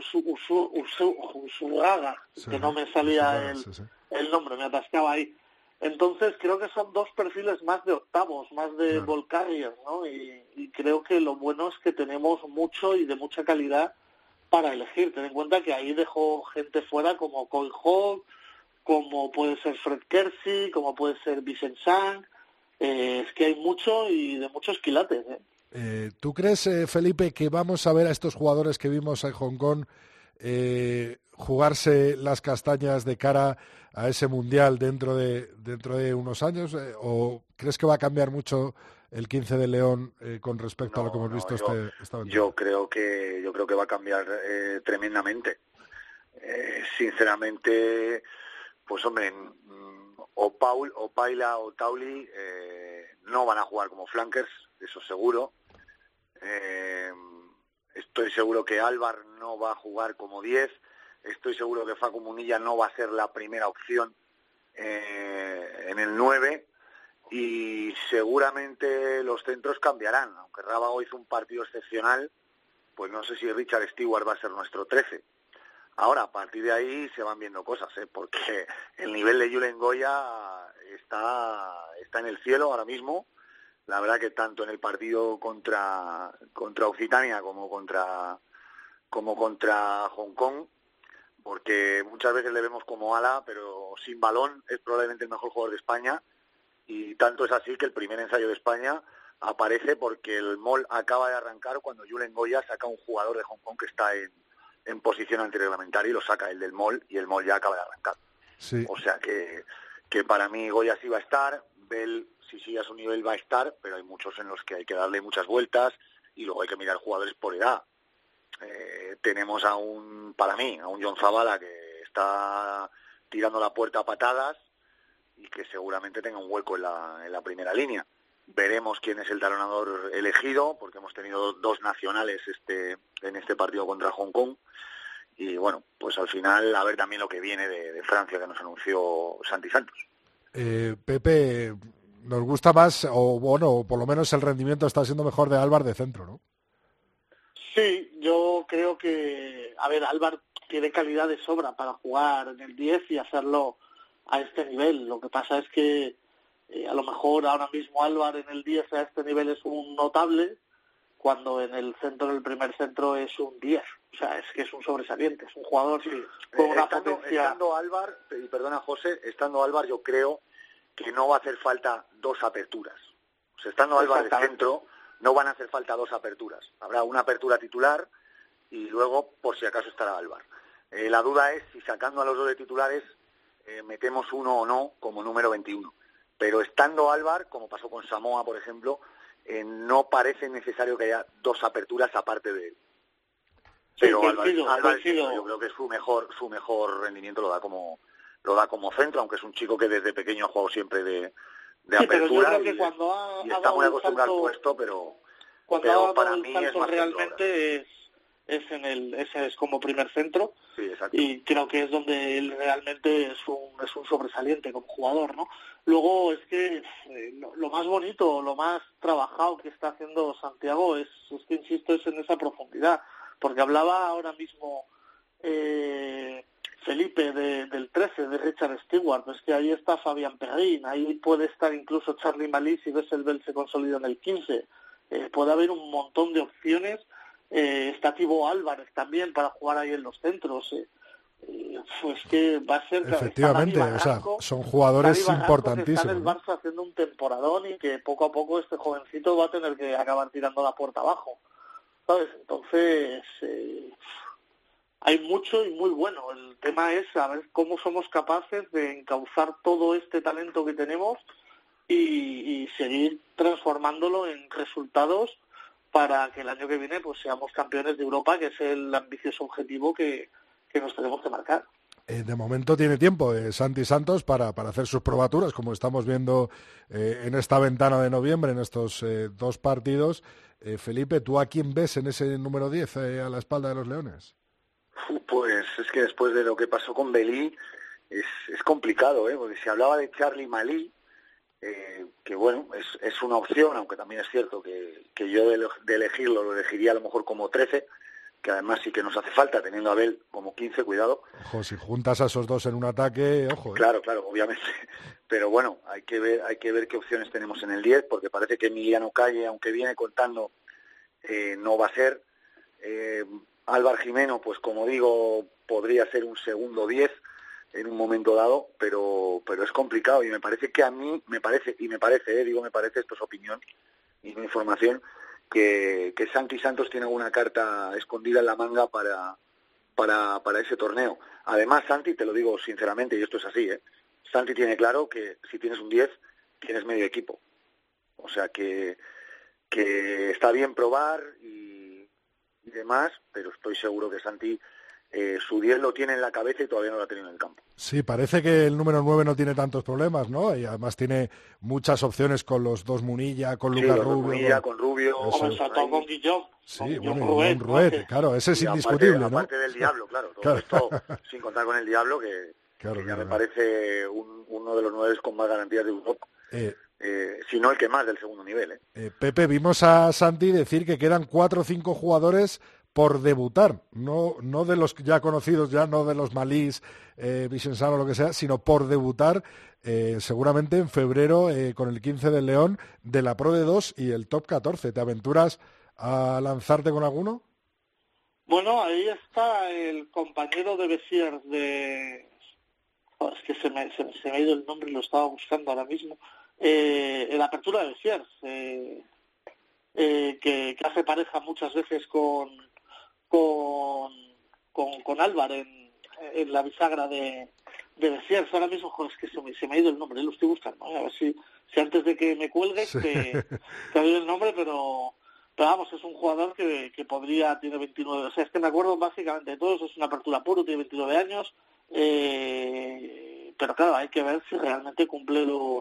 Usurraga, Sí, que no me salía sí, el, sí. el nombre, me atascaba ahí. Entonces creo que son dos perfiles más de octavos, más de Claro. ball carrier, ¿no? Y, y creo que lo bueno es que tenemos mucho y de mucha calidad para elegir. Ten en cuenta que ahí dejó gente fuera como Cole Hogg, como puede ser Fred Kersey, como puede ser Vincent Sang. Eh, es que hay mucho y de muchos quilates, ¿eh? Eh, ¿Tú crees, eh, Felipe, que vamos a ver a estos jugadores que vimos en Hong Kong eh, jugarse las castañas de cara a ese mundial dentro de dentro de unos años? Eh, ¿O crees que va a cambiar mucho el quince de León eh, con respecto No, a lo que hemos no, visto yo, este, esta aventura? yo creo que yo creo que va a cambiar eh, tremendamente. Eh, sinceramente, pues hombre, o Paul, o Paila o Tauli eh, no van a jugar como flankers, eso seguro. Eh, estoy seguro que Álvar no va a jugar como diez. Estoy seguro que Facu Munilla no va a ser la primera opción eh, en el nueve. Y seguramente los centros cambiarán. Aunque Rábago hizo un partido excepcional, pues no sé si Richard Stewart va a ser nuestro trece. Ahora, a partir de ahí se van viendo cosas, ¿eh? Porque el nivel de Julen Goya está, está en el cielo ahora mismo. La verdad que tanto en el partido contra contra Occitania como contra como contra Hong Kong, porque muchas veces le vemos como ala, pero sin balón es probablemente el mejor jugador de España, y tanto es así que el primer ensayo de España aparece porque el M O L acaba de arrancar cuando Julen Goya saca un jugador de Hong Kong que está en, en posición antirreglamentaria y lo saca el del M O L, y el M O L ya acaba de arrancar. Sí. O sea que, que para mí Goya sí va a estar, Bell si sigue a su nivel va a estar, pero hay muchos en los que hay que darle muchas vueltas y luego hay que mirar jugadores por edad. Eh, tenemos a un, para mí, a un John Zabala que está tirando la puerta a patadas y que seguramente tenga un hueco en la, en la primera línea. Veremos quién es el talonador elegido, porque hemos tenido dos nacionales este en este partido contra Hong Kong. Y bueno, pues al final a ver también lo que viene de, de Francia, que nos anunció Santi Santos. Eh, Pepe, nos gusta más, o bueno, por lo menos el rendimiento está siendo mejor de Álvar de centro, ¿no? Sí, yo creo que, a ver, Álvar tiene calidad de sobra para jugar en el diez y hacerlo a este nivel. Lo que pasa es que eh, a lo mejor ahora mismo Álvar en el diez a este nivel es un notable, cuando en el centro, en el primer centro, es un diez. O sea, es que es un sobresaliente, es un jugador sí, con eh, una estando, potencia... Estando Álvar, y perdona José, estando Álvar yo creo que no va a hacer falta dos aperturas. O sea, estando Álvar de centro, no van a hacer falta dos aperturas. Habrá una apertura titular y luego, por si acaso, estará Álvar. Eh, la duda es si sacando a los dos de titulares eh, metemos uno o no como número veintiuno. Pero estando Álvar, como pasó con Samoa, por ejemplo, eh, no parece necesario que haya dos aperturas aparte de él. Pero sí, Álvar, coincido, Álvar coincido. yo creo que su mejor su mejor rendimiento lo da como lo da como centro, aunque es un chico que desde pequeño ha jugado siempre de, de sí, apertura pero yo creo que y, cuando ha, y ha está muy dado acostumbrado salto, al puesto, pero, cuando pero ha dado para el mí salto es más realmente es, es en el ese es como primer centro. Sí, exacto. Y creo que es donde él realmente es un es un sobresaliente como jugador, ¿no? Luego es que eh, lo, lo más bonito, lo más trabajado que está haciendo Santiago es, es que insisto, es en esa profundidad, porque hablaba ahora mismo eh, Felipe de, del trece, de Richard Stewart, pues que ahí está Fabián Perrin, ahí puede estar incluso Charlie Malí si ves el Bell se consolida en el quince, eh, puede haber un montón de opciones. Eh, está Thibaut Álvarez también para jugar ahí en los centros. Eh. Eh, pues que va a ser... Efectivamente, o sea, son jugadores Barranco, importantísimos. que está en el Barça haciendo un temporadón y que poco a poco este jovencito va a tener que acabar tirando la puerta abajo, ¿sabes? Entonces, eh, hay mucho y muy bueno. El tema es saber cómo somos capaces de encauzar todo este talento que tenemos y, y seguir transformándolo en resultados para que el año que viene pues seamos campeones de Europa, que es el ambicioso objetivo que, que nos tenemos que marcar. Eh, de momento tiene tiempo eh, Santi Santos para, para hacer sus probaturas, como estamos viendo eh, en esta ventana de noviembre, en estos eh, dos partidos. Eh, Felipe, ¿tú a quién ves en ese número diez eh, a la espalda de los Leones? Pues es que después de lo que pasó con Belí, es, es complicado, ¿eh? Porque se hablaba de Charly Malí, eh, que bueno, es, es una opción, aunque también es cierto que, que yo de, de elegirlo lo elegiría a lo mejor como trece, que además sí que nos hace falta, teniendo a Abel como quince, cuidado. Ojo, si juntas a esos dos en un ataque, ojo. ¿eh? Claro, claro, obviamente. Pero bueno, hay que ver hay que ver qué opciones tenemos en el diez, porque parece que Emiliano Calle, aunque viene contando, eh, no va a ser. Eh, Álvar Jimeno, pues como digo, podría ser un segundo diez en un momento dado, pero pero es complicado y me parece que a mí, me parece, y me parece, eh, digo me parece, esto es opinión y no información, que, que Santi Santos tiene alguna carta escondida en la manga para, para, para ese torneo. Además, Santi, te lo digo sinceramente, y esto es así, ¿eh? Santi tiene claro que si tienes un diez, tienes medio equipo. O sea que, que está bien probar y, y demás, pero estoy seguro que Santi eh, su diez lo tiene en la cabeza y todavía no lo ha tenido en el campo. Sí, parece que el número nueve no tiene tantos problemas, ¿no? Y además tiene muchas opciones con los dos Munilla, con Sí, Lucas los dos Rubio. Munilla, con, con Rubio. Con Soto, con Guillón. Sí, con bueno, Guillón Ruet, Ruet, Ruet, claro, ese es y indiscutible, aparte, ¿no? Aparte del Diablo, claro, todo Claro. esto sin contar con el Diablo, que, Claro, que ya claro. me parece un, uno de los nueve con más garantías de Europa. Eh, Eh, si no el que más del segundo nivel. ¿eh? eh, Pepe, vimos a Santi decir que quedan cuatro o cinco jugadores por debutar, no no de los ya conocidos, ya no de los Malís, eh, Vicensano o lo que sea, sino por debutar eh, seguramente en febrero eh, con el quince del León de la Pro de dos y el Top catorce. ¿Te aventuras a lanzarte con alguno? Bueno, ahí está el compañero de Besiers de... Oh, es que se me, se, se me ha ido el nombre y lo estaba buscando ahora mismo. Eh, en la apertura de Besiers, eh, eh, que, que hace pareja muchas veces con con, con, con Álvar en, en la bisagra de, de Besiers. Ahora mismo, joder, es que se me, se me ha ido el nombre, lo estoy buscando. ¿eh? A ver si, si antes de que me cuelgues sí. te, te doy el nombre, pero... Pero vamos, es un jugador que, que podría, tiene veintinueve, o sea, es que me acuerdo básicamente de todos, es una apertura puro, tiene veintinueve años, eh, pero claro, hay que ver si realmente cumple los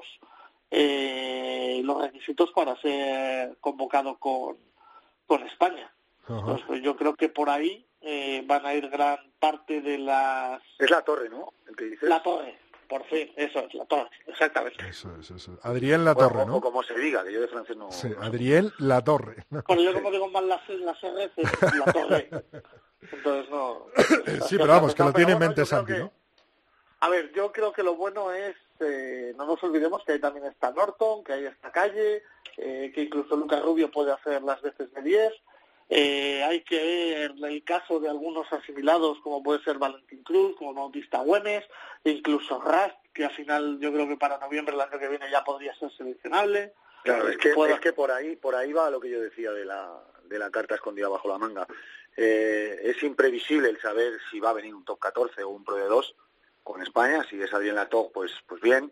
eh, los requisitos para ser convocado con, con España. Uh-huh. Entonces, yo creo que por ahí eh, van a ir gran parte de las... Es la Torre, ¿no? El que dices. La Torre. Por fin, eso es, la Torre, exactamente. Eso es, eso es. Adrián La bueno, Torre, o, ¿no? O como se diga, que yo de francés no... Sí, Adrián La Torre. Bueno, yo como digo más las, las R, es La Torre. Entonces no... Sí, pero vamos, que lo tiene en bueno, mente Santi, que, ¿no? A ver, yo creo que lo bueno es, eh, no nos olvidemos que ahí también está Norton, que ahí está Calle, eh, que incluso Lucas Rubio puede hacer las veces de diez. Eh, hay que ver el caso de algunos asimilados como puede ser Valentín Cruz, como Bautista Güemes, e incluso Rast, que al final yo creo que para noviembre del año que viene ya podría ser seleccionable. Claro, es que, Puedo... es que por ahí por ahí va lo que yo decía de la de la carta escondida bajo la manga. Eh, es imprevisible el saber si va a venir un top catorce o un Pro de dos con España. Si es alguien la top, pues pues bien.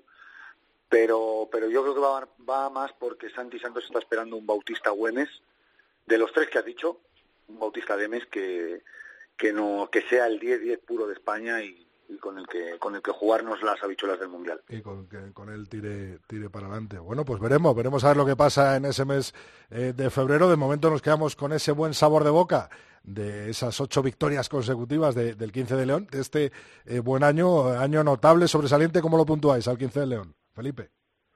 Pero pero yo creo que va, va más porque Santi Santos está esperando un Bautista Güemes. De los tres que has dicho, un Bautista Güemes que que no que sea el diez diez puro de España y, y con el que con el que jugarnos las habichuelas del Mundial. Y con que con él tire tire para adelante. Bueno, pues veremos, veremos a ver lo que pasa en ese mes eh, de febrero. De momento nos quedamos con ese buen sabor de boca de esas ocho victorias consecutivas de, del quince de León, de este eh, buen año, año notable, sobresaliente. ¿Cómo lo puntuáis al quince de León, Felipe?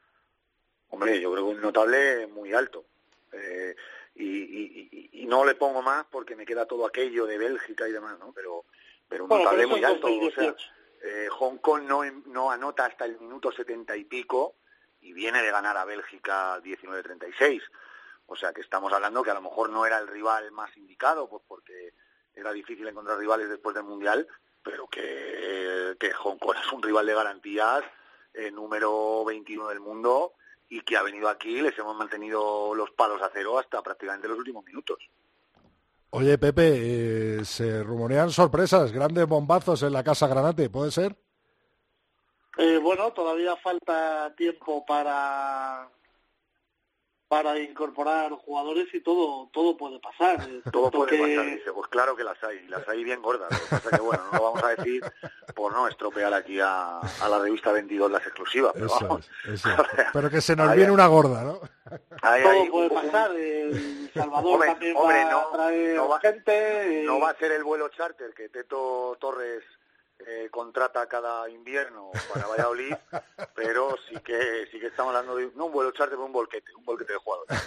Hombre, yo creo que un notable muy alto. Eh, Y, y, y no le pongo más porque me queda todo aquello de Bélgica y demás, ¿no? Pero pero un bueno, notable muy alto. O sea, eh, Hong Kong no, no anota hasta el minuto setenta y pico y viene de ganar a Bélgica diecinueve treinta y seis. O sea, que estamos hablando que a lo mejor no era el rival más indicado, pues porque era difícil encontrar rivales después del Mundial, pero que, que Hong Kong es un rival de garantías, eh, número veintiuno del mundo, y que ha venido aquí, les hemos mantenido los palos a cero hasta prácticamente los últimos minutos. Oye, Pepe, eh, se rumorean sorpresas, grandes bombazos en la Casa Granate, ¿puede ser? Eh, bueno, todavía falta tiempo para para incorporar jugadores y todo todo puede pasar. Todo puede que... pasar, dice, pues claro que las hay, las hay bien gordas. Lo que pasa que, bueno, no lo vamos a decir por no estropear aquí a, a la revista veintidós las exclusivas. Pero, eso vamos, es, eso es. Pero que se nos ahí, viene una gorda, ¿no? Ahí, todo ahí, puede un, pasar. El Salvador hombre, también hombre, va no, a traer no va, gente. No va a ser el vuelo charter que Teto Torres eh, contrata cada invierno para Valladolid, pero sí que sí que estamos hablando de no un vuelo charter, pero un volquete, un volquete de jugadores.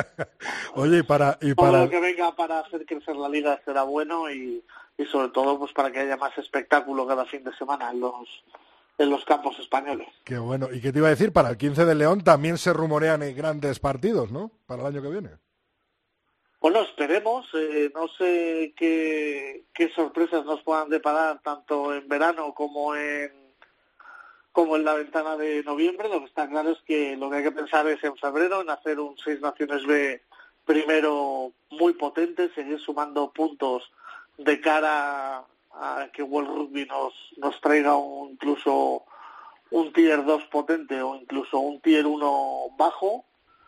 Oye, y para y Todo para lo que venga para hacer crecer la liga será bueno y, y sobre todo pues para que haya más espectáculo cada fin de semana en los en los campos españoles. Qué bueno. ¿Y qué te iba a decir? Para el quince de León también se rumorean eh, grandes partidos, ¿no? Para el año que viene. Bueno, esperemos. Eh, no sé qué, qué sorpresas nos puedan deparar tanto en verano como en como en la ventana de noviembre. Lo que está claro es que lo que hay que pensar es en febrero, en hacer un Seis Naciones B primero muy potente, seguir sumando puntos de cara a que World Rugby nos, nos traiga un, incluso un Tier dos potente o incluso un Tier uno bajo.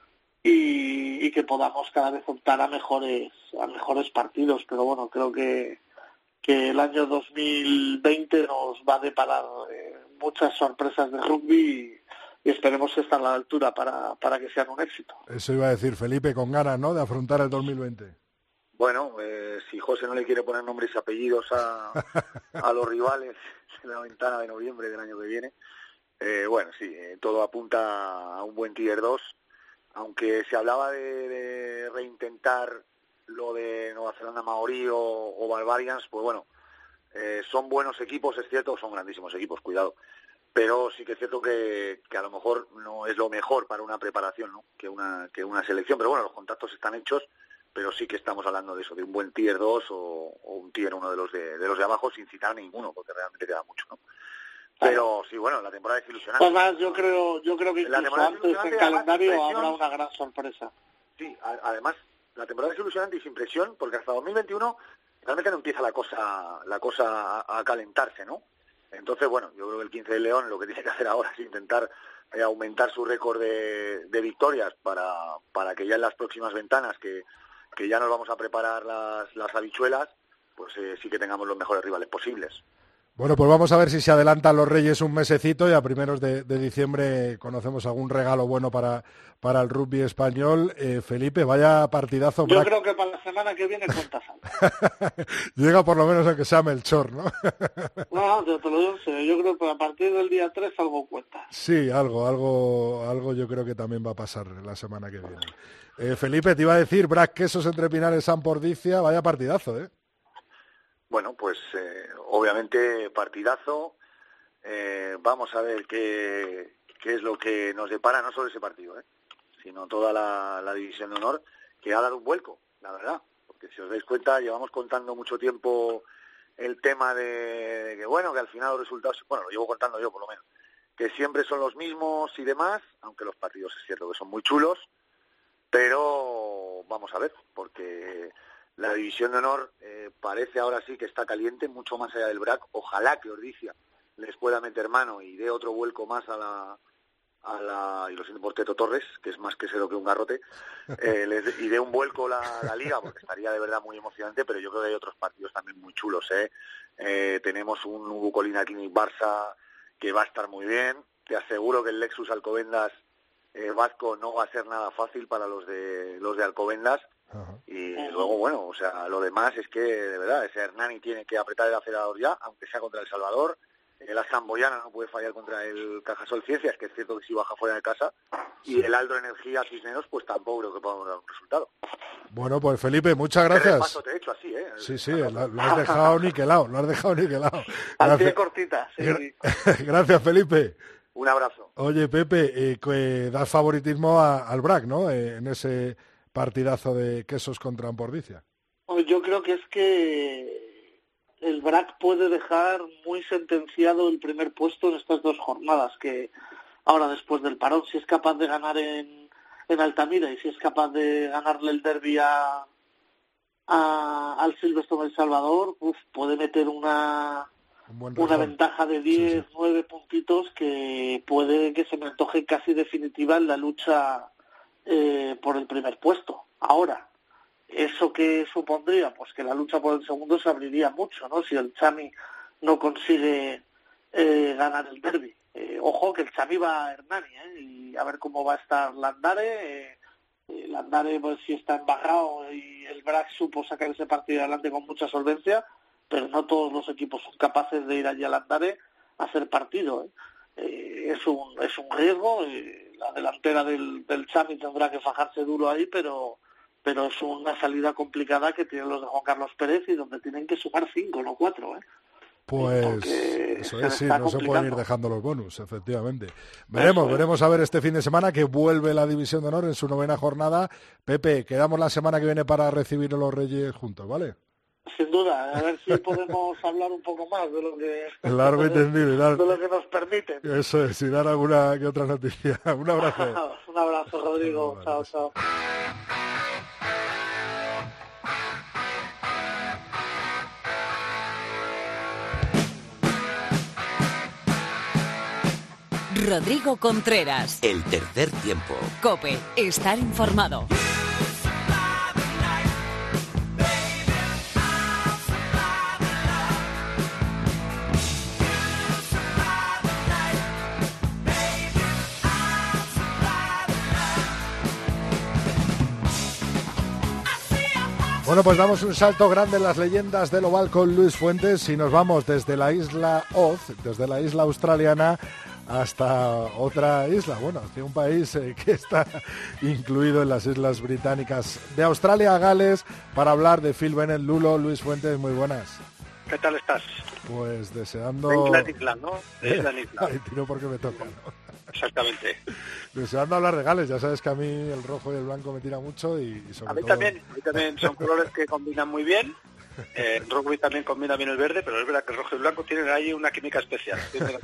Y, y que podamos cada vez optar a mejores a mejores partidos, pero bueno, creo que que el año dos mil veinte nos va a deparar eh, muchas sorpresas de rugby y, y esperemos estar a la altura para, para que sean un éxito. Eso iba a decir Felipe, con ganas, ¿no?, de afrontar el dos mil veinte. Bueno, eh, si José no le quiere poner nombres y apellidos a, a los rivales en la ventana de noviembre del año que viene, eh, bueno, sí, eh, todo apunta a un buen Tier dos. Aunque se hablaba de, de reintentar lo de Nueva Zelanda Maorí o, o Barbarians, pues bueno, eh, son buenos equipos, es cierto, son grandísimos equipos, cuidado, pero sí que es cierto que, que a lo mejor no es lo mejor para una preparación, ¿no?, que una que una selección, pero bueno, los contactos están hechos, pero sí que estamos hablando de eso, de un buen Tier dos o, o un Tier uno de los de, de los de abajo, sin citar ninguno, porque realmente queda mucho, ¿no? Pero sí, bueno, la temporada es ilusionante. Además, yo creo, yo creo que incluso antes en calendario presión, habrá una gran sorpresa. Sí, a, además, la temporada es ilusionante y sin presión, porque hasta dos mil veintiuno realmente no empieza la cosa la cosa a, a calentarse, ¿no? Entonces, bueno, yo creo que el quince de León lo que tiene que hacer ahora es intentar eh, aumentar su récord de, de victorias para, para que ya en las próximas ventanas, que, que ya nos vamos a preparar las, las habichuelas, pues eh, sí que tengamos los mejores rivales posibles. Bueno, pues vamos a ver si se adelantan los Reyes un mesecito y a primeros de, de diciembre conocemos algún regalo bueno para, para el rugby español. Eh, Felipe, vaya partidazo. Yo creo que para la semana que viene cuentas algo. Llega por lo menos a que sea Melchor, ¿no? No, yo te lo digo en serio. Yo creo que a partir del día tres algo cuenta. Sí, algo, algo, algo yo creo que también va a pasar la semana que viene. Eh, Felipe, te iba a decir, Brac Quesos entre Pinares San Pordicia, vaya partidazo, ¿eh? Bueno, pues eh, obviamente partidazo. Eh, vamos a ver qué, qué es lo que nos depara, no solo ese partido, ¿eh?, sino toda la, la división de honor, que ha dado un vuelco, la verdad. Porque si os dais cuenta, llevamos contando mucho tiempo el tema de, de que, bueno, que al final los resultados, bueno, lo llevo contando yo por lo menos, que siempre son los mismos y demás, aunque los partidos es cierto que son muy chulos, pero vamos a ver, porque la división de honor eh, parece ahora sí que está caliente, mucho más allá del Brac. Ojalá que Ordizia les pueda meter mano y dé otro vuelco más a la, a la y lo siento por Teto Torres, que es más que cero que un garrote, eh, les, y dé un vuelco la, la liga, porque estaría de verdad muy emocionante, pero yo creo que hay otros partidos también muy chulos, ¿eh? Eh, tenemos un Hugo Colina Clinic Barça que va a estar muy bien. Te aseguro que el Lexus Alcobendas eh, Vasco no va a ser nada fácil para los de los de Alcobendas. Uh-huh. Y luego, bueno, o sea, lo demás es que, de verdad, ese Hernani tiene que apretar el acelerador ya, aunque sea contra El Salvador. El Samboyana no puede fallar contra el Cajasol Ciencias, que es cierto que si baja fuera de casa. Y el Aldro Energía Cisneros, pues tampoco creo que podamos dar un resultado. Bueno, pues Felipe, muchas gracias. Paso te he hecho así, ¿eh? Sí, sí, lo, lo has dejado niquelado, lo has dejado niquelado. Así de cortita, sí. Gracias, Felipe. Un abrazo. Oye, Pepe, eh, que das favoritismo a, al Brac, ¿no?, eh, en ese partidazo de Quesos contra Ampordicia. Yo creo que es que el Brac puede dejar muy sentenciado el primer puesto en estas dos jornadas, que ahora después del parón, si es capaz de ganar en, en Altamira y si es capaz de ganarle el derbi a, a, al Silverstone El Salvador, uf, puede meter una un una ventaja de diez, sí, sí. nueve puntitos que puede que se me antoje casi definitiva en la lucha eh, por el primer puesto. Ahora, ¿eso qué supondría? Pues que la lucha por el segundo se abriría mucho, ¿no? Si el Chami no consigue eh, ganar el derbi. Eh, ojo que el Chami va a Hernani, ¿eh? Y a ver cómo va a estar Landare. Eh, Landare, pues si está embajado, y el Brac supo sacar ese partido adelante con mucha solvencia, pero no todos los equipos son capaces de ir allí a Landare a hacer partido, ¿eh? Eh, es un es un riesgo. Eh, la delantera del, del Chami tendrá que fajarse duro ahí, pero pero es una salida complicada que tienen los de Juan Carlos Pérez y donde tienen que sumar cinco, no cuatro, ¿eh? Pues eso es, sí, no se pueden ir dejando los bonus, efectivamente. Veremos, veremos a ver este fin de semana que vuelve la División de Honor en su novena jornada. Pepe, quedamos la semana que viene para recibir a los Reyes juntos, ¿vale? Sin duda, a ver si podemos hablar un poco más de lo que, largo y tendido, y dar, de lo que nos permiten. Eso es, y dar alguna que otra noticia. Un abrazo. Un abrazo, Rodrigo. Chao, chao. Rodrigo Contreras. El tercer tiempo. COPE. Estar informado. Bueno, pues damos un salto grande en las leyendas del oval con Luis Fuentes y nos vamos desde la isla Oz, desde la isla australiana, hasta otra isla, bueno, hacia un país eh, que está incluido en las islas británicas, de Australia a Gales, para hablar de Phil Bennett. Lulo, Luis Fuentes, muy buenas. ¿Qué tal estás? Pues deseando... De isla en isla, ¿no? De isla en isla. Ay, tiro porque me toca, ¿no? Exactamente. Deseando hablar de Gales, ya sabes que a mí el rojo y el blanco me tira mucho y, y sobre a mí todo... también, a mí también son colores que combinan muy bien. Eh, el rugby también combina bien el verde, pero es verdad que el rojo y el blanco tienen ahí una química especial.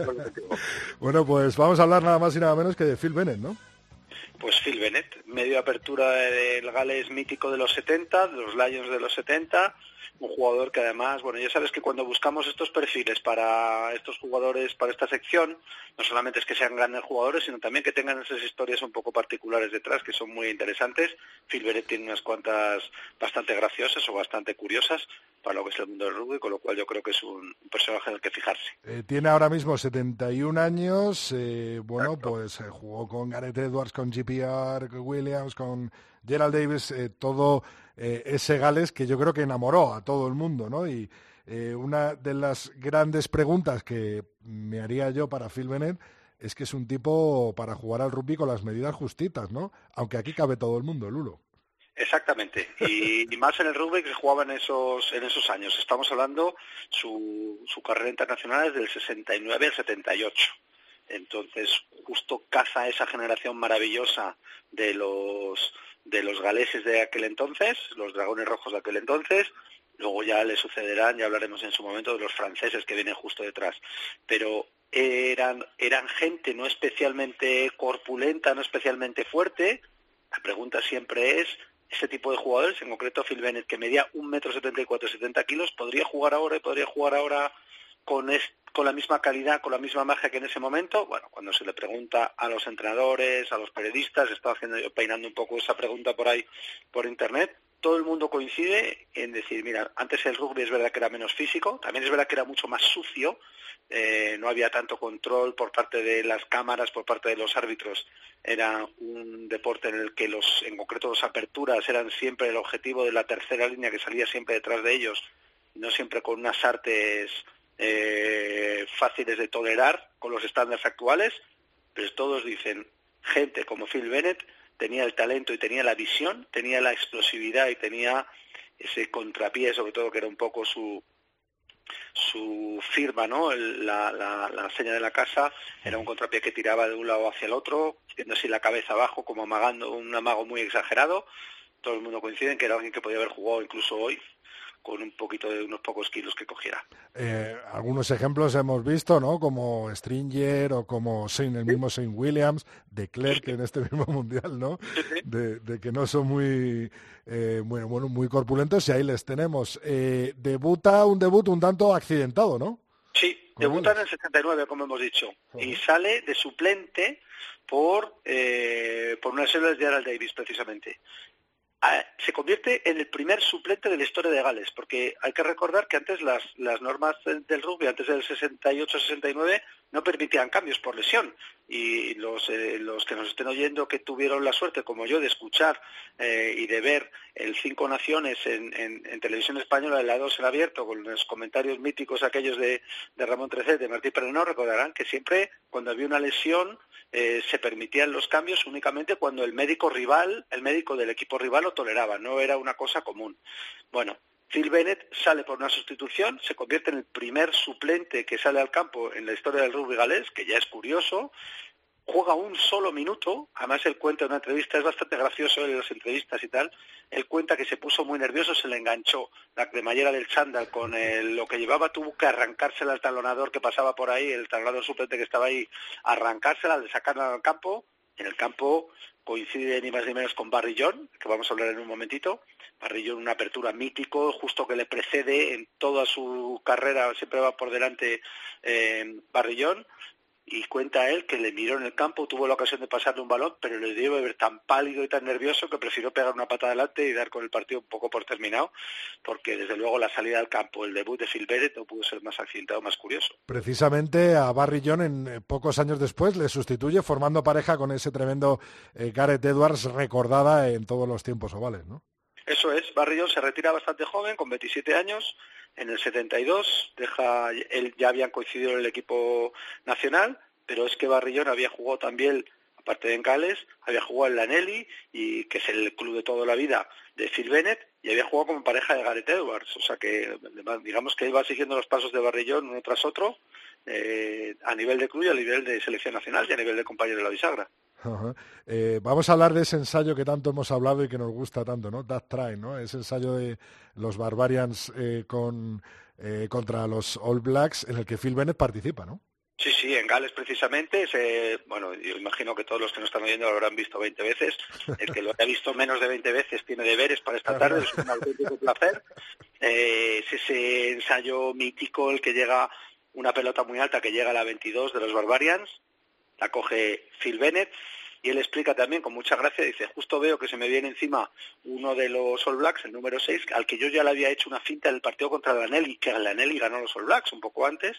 Bueno, pues vamos a hablar nada más y nada menos que de Phil Bennett, ¿no? Pues Phil Bennett, medio de apertura del Gales mítico de los setenta, de los Lions de los setenta, un jugador que además, bueno, ya sabes que cuando buscamos estos perfiles para estos jugadores, para esta sección, no solamente es que sean grandes jugadores, sino también que tengan esas historias un poco particulares detrás, que son muy interesantes. Phil Bennett tiene unas cuantas bastante graciosas o bastante curiosas para lo que es el mundo del rugby, con lo cual yo creo que es un, un personaje en el que fijarse. Eh, tiene ahora mismo setenta y un años, eh, bueno, Exacto. pues eh, jugó con Gareth Edwards, con G P R, con Williams, con Gerald Davis, eh, todo eh, ese Gales que yo creo que enamoró a todo el mundo, ¿no? Y eh, una de las grandes preguntas que me haría yo para Phil Bennett es que es un tipo para jugar al rugby con las medidas justitas, ¿no? Aunque aquí cabe todo el mundo, Lulo. Exactamente, y, y más en el rugby que se jugaba en esos en esos años. Estamos hablando, su, su carrera internacional es del sesenta y nueve al setenta y ocho. Entonces, justo caza esa generación maravillosa de los de los galeses de aquel entonces, los dragones rojos de aquel entonces. Luego ya le sucederán, ya hablaremos en su momento de los franceses que vienen justo detrás. Pero eran eran gente no especialmente corpulenta, no especialmente fuerte. La pregunta siempre es, ese tipo de jugadores, en concreto Phil Bennett, que medía un metro setenta y cuatro, setenta kilos, ¿podría jugar ahora y podría jugar ahora con, es, con la misma calidad, con la misma magia que en ese momento? Bueno, cuando se le pregunta a los entrenadores, a los periodistas, estaba haciendo yo peinando un poco esa pregunta por ahí, por internet, todo el mundo coincide en decir, mira, antes el rugby es verdad que era menos físico, también es verdad que era mucho más sucio, eh, no había tanto control por parte de las cámaras, por parte de los árbitros. Era un deporte en el que los, en concreto las aperturas eran siempre el objetivo de la tercera línea que salía siempre detrás de ellos, no siempre con unas artes eh, fáciles de tolerar con los estándares actuales, pero todos dicen, gente como Phil Bennett tenía el talento y tenía la visión, tenía la explosividad y tenía ese contrapié, sobre todo que era un poco su su firma, ¿no? El, la, la, la seña de la casa era un contrapié que tiraba de un lado hacia el otro, yendo así la cabeza abajo, como amagando, un amago muy exagerado. Todo el mundo coincide en que era alguien que podía haber jugado incluso hoy con un poquito de unos pocos kilos que cogiera. Eh, algunos ejemplos hemos visto, ¿no? Como Stringer o como Saint, el mismo Saint Williams, de Clerc en este mismo mundial, ¿no? De, de que no son muy, eh, muy, bueno, muy corpulentos y ahí les tenemos. Eh, debuta un debut un tanto accidentado, ¿no? Sí, debuta en el setenta y nueve, como hemos dicho, y sale de suplente por, eh, por una lesión de Gerald Davis, precisamente. Ah, se convierte en el primer suplente de la historia de Gales, porque hay que recordar que antes las, las normas del rugby, antes del sesenta y ocho sesenta y nueve, no permitían cambios por lesión. Y los, eh, los que nos estén oyendo que tuvieron la suerte, como yo, de escuchar eh, y de ver el Cinco Naciones en, en, en televisión española, el lado en abierto, con los comentarios míticos aquellos de, de Ramón Trecet, de Martí Perenó, recordarán que siempre cuando había una lesión eh, se permitían los cambios únicamente cuando el médico rival, el médico del equipo rival lo toleraba, no era una cosa común. Bueno, Phil Bennett sale por una sustitución, se convierte en el primer suplente que sale al campo en la historia del rugby galés, que ya es curioso, juega un solo minuto, además él cuenta en una entrevista, es bastante gracioso en las entrevistas y tal, él cuenta que se puso muy nervioso, se le enganchó la cremallera del chándal con el, lo que llevaba, tuvo que arrancársela al talonador que pasaba por ahí, el talonador suplente que estaba ahí, arrancársela, sacarla al campo. En el campo coincide ni más ni menos con Barry John, que vamos a hablar en un momentito. Barry John, una apertura mítico, justo que le precede en toda su carrera, siempre va por delante eh, Barry John, y cuenta él que le miró en el campo, tuvo la ocasión de pasarle un balón, pero le dio de ver tan pálido y tan nervioso que prefirió pegar una pata adelante y dar con el partido un poco por terminado, porque desde luego la salida al campo, el debut de Phil Bennett no pudo ser más accidentado, más curioso. Precisamente a Barry John, en eh, pocos años después, le sustituye formando pareja con ese tremendo eh, Gareth Edwards, recordada en todos los tiempos ovales, ¿no? Eso es, Barry John se retira bastante joven, con veintisiete años, en el setenta y dos, deja, él ya habían coincidido en el equipo nacional, pero es que Barry John había jugado también, aparte de en Gales, había jugado en la Nelly, y que es el club de toda la vida de Phil Bennett, y había jugado como pareja de Gareth Edwards, o sea que digamos que iba siguiendo los pasos de Barry John uno tras otro, eh, a nivel de club y a nivel de selección nacional y a nivel de compañero de la bisagra. Uh-huh. Eh, vamos a hablar de ese ensayo que tanto hemos hablado y que nos gusta tanto, ¿no? That Try, ¿no? Ese ensayo de los Barbarians eh, con, eh, contra los All Blacks, en el que Phil Bennett participa, ¿no? Sí, sí, en Gales precisamente, se, bueno, yo imagino que todos los que nos están oyendo lo habrán visto veinte veces, el que lo haya visto menos de veinte veces tiene deberes para esta tarde, es un auténtico placer. Eh, es ese ensayo mítico, el que llega una pelota muy alta, que llega a la veintidós de los Barbarians, la coge Phil Bennett, y él explica también con mucha gracia, dice, justo veo que se me viene encima uno de los All Blacks, el número seis, al que yo ya le había hecho una finta en el partido contra la Nelly, que la Nelly ganó a los All Blacks un poco antes,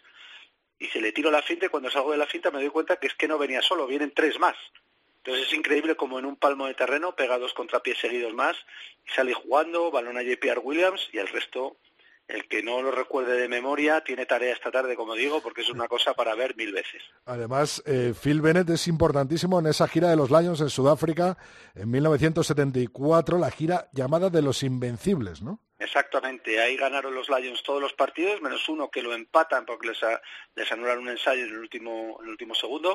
y se le tiro la finta, y cuando salgo de la finta me doy cuenta que es que no venía solo, vienen tres más. Entonces es increíble como en un palmo de terreno pega dos contrapiés seguidos más, y sale jugando, balón a J P R Williams, y el resto, el que no lo recuerde de memoria, tiene tarea esta tarde, como digo, porque es una cosa para ver mil veces. Además, eh, Phil Bennett es importantísimo en esa gira de los Lions en Sudáfrica en mil novecientos setenta y cuatro, la gira llamada de los Invencibles, ¿no? Exactamente, ahí ganaron los Lions todos los partidos, menos uno que lo empatan porque les, a, les anularon un ensayo en el último, en el último segundo.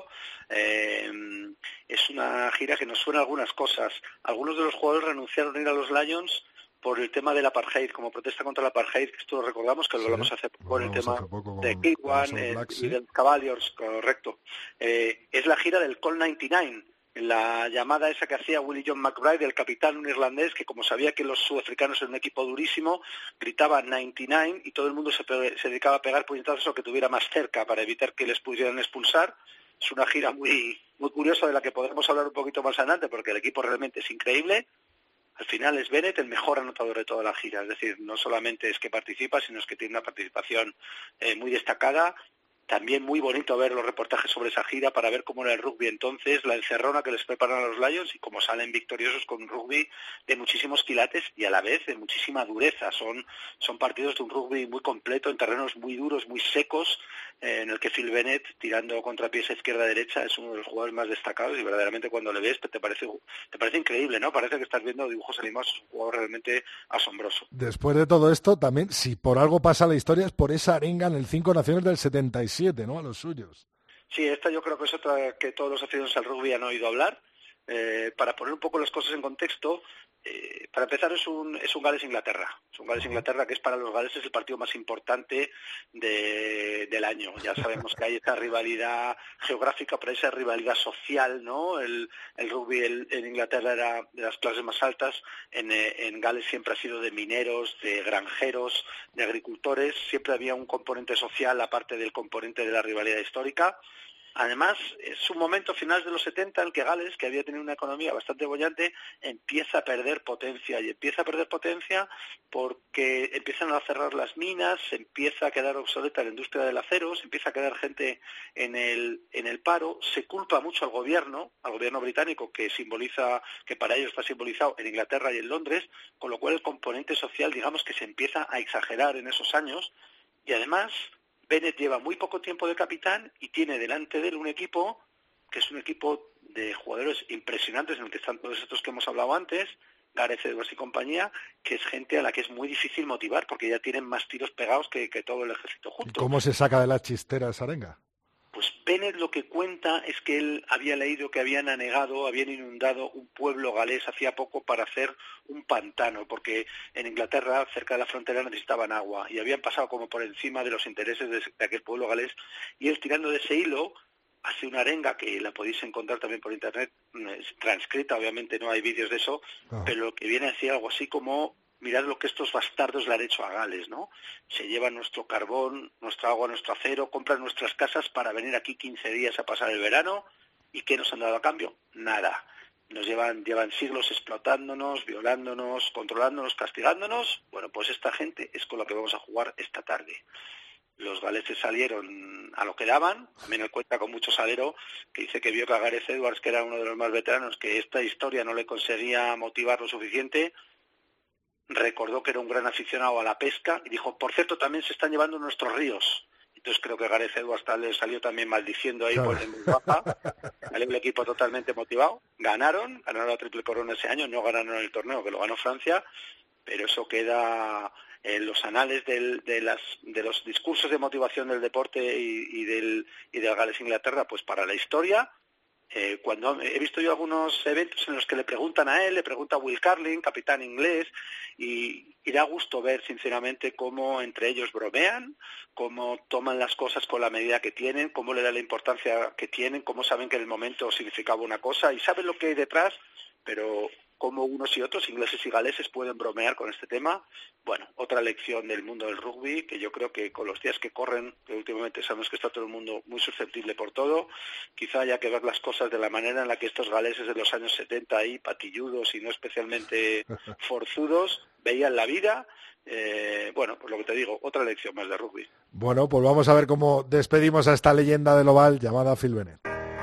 Eh, es una gira que nos suena algunas cosas. Algunos de los jugadores renunciaron a ir a los Lions por el tema del apartheid, como protesta contra el apartheid, que esto lo recordamos, que lo hablamos hace poco por el tema de Kiwan eh, y de Cavaliers, correcto. Eh, es la gira del Call noventa y nueve, la llamada esa que hacía Willie John McBride, el capitán, un irlandés, que como sabía que los sudafricanos eran un equipo durísimo, gritaba noventa y nueve y todo el mundo se, se dedicaba a pegar puñetazos o que tuviera más cerca para evitar que les pudieran expulsar. Es una gira muy, muy curiosa de la que podremos hablar un poquito más adelante, porque el equipo realmente es increíble. Al final es Bennett el mejor anotador de toda la gira, es decir, no solamente es que participa, sino es que tiene una participación eh, muy destacada. También muy bonito ver los reportajes sobre esa gira para ver cómo era el rugby entonces, la encerrona que les preparan a los Lions y cómo salen victoriosos con un rugby de muchísimos quilates y a la vez de muchísima dureza. Son, son partidos de un rugby muy completo, en terrenos muy duros, muy secos, eh, en el que Phil Bennett, tirando contrapiés a izquierda-derecha, es uno de los jugadores más destacados y verdaderamente cuando le ves te parece, te parece increíble, ¿no? Parece que estás viendo dibujos animados, es un jugador realmente asombroso. Después de todo esto, también, si por algo pasa la historia, es por esa arenga en el Cinco Naciones del setenta y siete, ¿no? A los suyos. Sí, esta yo creo que es otra que todos los aficionados al rugby han oído hablar. Eh, para poner un poco las cosas en contexto, eh, para empezar es un es un Gales-Inglaterra. Es un Gales-Inglaterra que es para los galeses el partido más importante de, del año. Ya sabemos que hay esta rivalidad geográfica, pero esa rivalidad social, ¿no? El, el rugby el, en Inglaterra era de las clases más altas, en, en Gales siempre ha sido de mineros, de granjeros, de agricultores, siempre había un componente social aparte del componente de la rivalidad histórica. Además, es un momento final de los setenta en que Gales, que había tenido una economía bastante bollante, empieza a perder potencia. Y empieza a perder potencia porque empiezan a cerrar las minas, se empieza a quedar obsoleta la industria del acero, se empieza a quedar gente en el, en el paro. Se culpa mucho al gobierno, al gobierno británico, que simboliza, que para ellos está simbolizado en Inglaterra y en Londres, con lo cual el componente social, digamos que se empieza a exagerar en esos años. Y además, Bennett lleva muy poco tiempo de capitán y tiene delante de él un equipo que es un equipo de jugadores impresionantes, en el que están todos estos que hemos hablado antes, Gareth Edwards y compañía, que es gente a la que es muy difícil motivar porque ya tienen más tiros pegados que, que todo el ejército junto. ¿Y cómo se saca de la chistera esa arenga? Pues Bennett lo que cuenta es que él había leído que habían anegado, habían inundado un pueblo galés hacía poco para hacer un pantano, porque en Inglaterra, cerca de la frontera, necesitaban agua y habían pasado como por encima de los intereses de, de aquel pueblo galés, y él, tirando de ese hilo, hace una arenga que la podéis encontrar también por internet, transcrita, obviamente no hay vídeos de eso, oh. pero lo que viene a decir algo así como: mirad lo que estos bastardos le han hecho a Gales, ¿no? Se llevan nuestro carbón, nuestra agua, nuestro acero, compran nuestras casas para venir aquí quince días a pasar el verano. ¿Y qué nos han dado a cambio? Nada. Nos llevan, llevan siglos explotándonos, violándonos, controlándonos, castigándonos. Bueno, pues esta gente es con la que vamos a jugar esta tarde. Los galeses salieron a lo que daban. También él cuenta con mucho salero, que dice que vio que a Gareth Edwards, que era uno de los más veteranos, que esta historia no le conseguía motivar lo suficiente. Recordó que era un gran aficionado a la pesca y dijo: por cierto, también se están llevando nuestros ríos. Entonces creo que Gareth Edwards le salió también maldiciendo ahí por el baja. Salió el equipo totalmente motivado. Ganaron, ganaron la triple corona ese año, no ganaron el torneo, que lo ganó Francia, pero eso queda en los anales del, de, las, de los discursos de motivación del deporte y, y del y del Gales Inglaterra, pues para la historia. Eh, cuando he visto yo algunos eventos en los que le preguntan a él, le pregunta a Will Carling, capitán inglés, y, y da gusto ver sinceramente cómo entre ellos bromean, cómo toman las cosas con la medida que tienen, cómo le dan la importancia que tienen, cómo saben que en el momento significaba una cosa y saben lo que hay detrás, pero cómo unos y otros, ingleses y galeses, pueden bromear con este tema. Bueno, otra lección del mundo del rugby, que yo creo que con los días que corren, que últimamente sabemos que está todo el mundo muy susceptible por todo, quizá haya que ver las cosas de la manera en la que estos galeses de los años setenta, ahí, patilludos y no especialmente forzudos, veían la vida. Eh, bueno, pues lo que te digo, otra lección más de rugby. Bueno, pues vamos a ver cómo despedimos a esta leyenda del oval llamada Phil Bennett.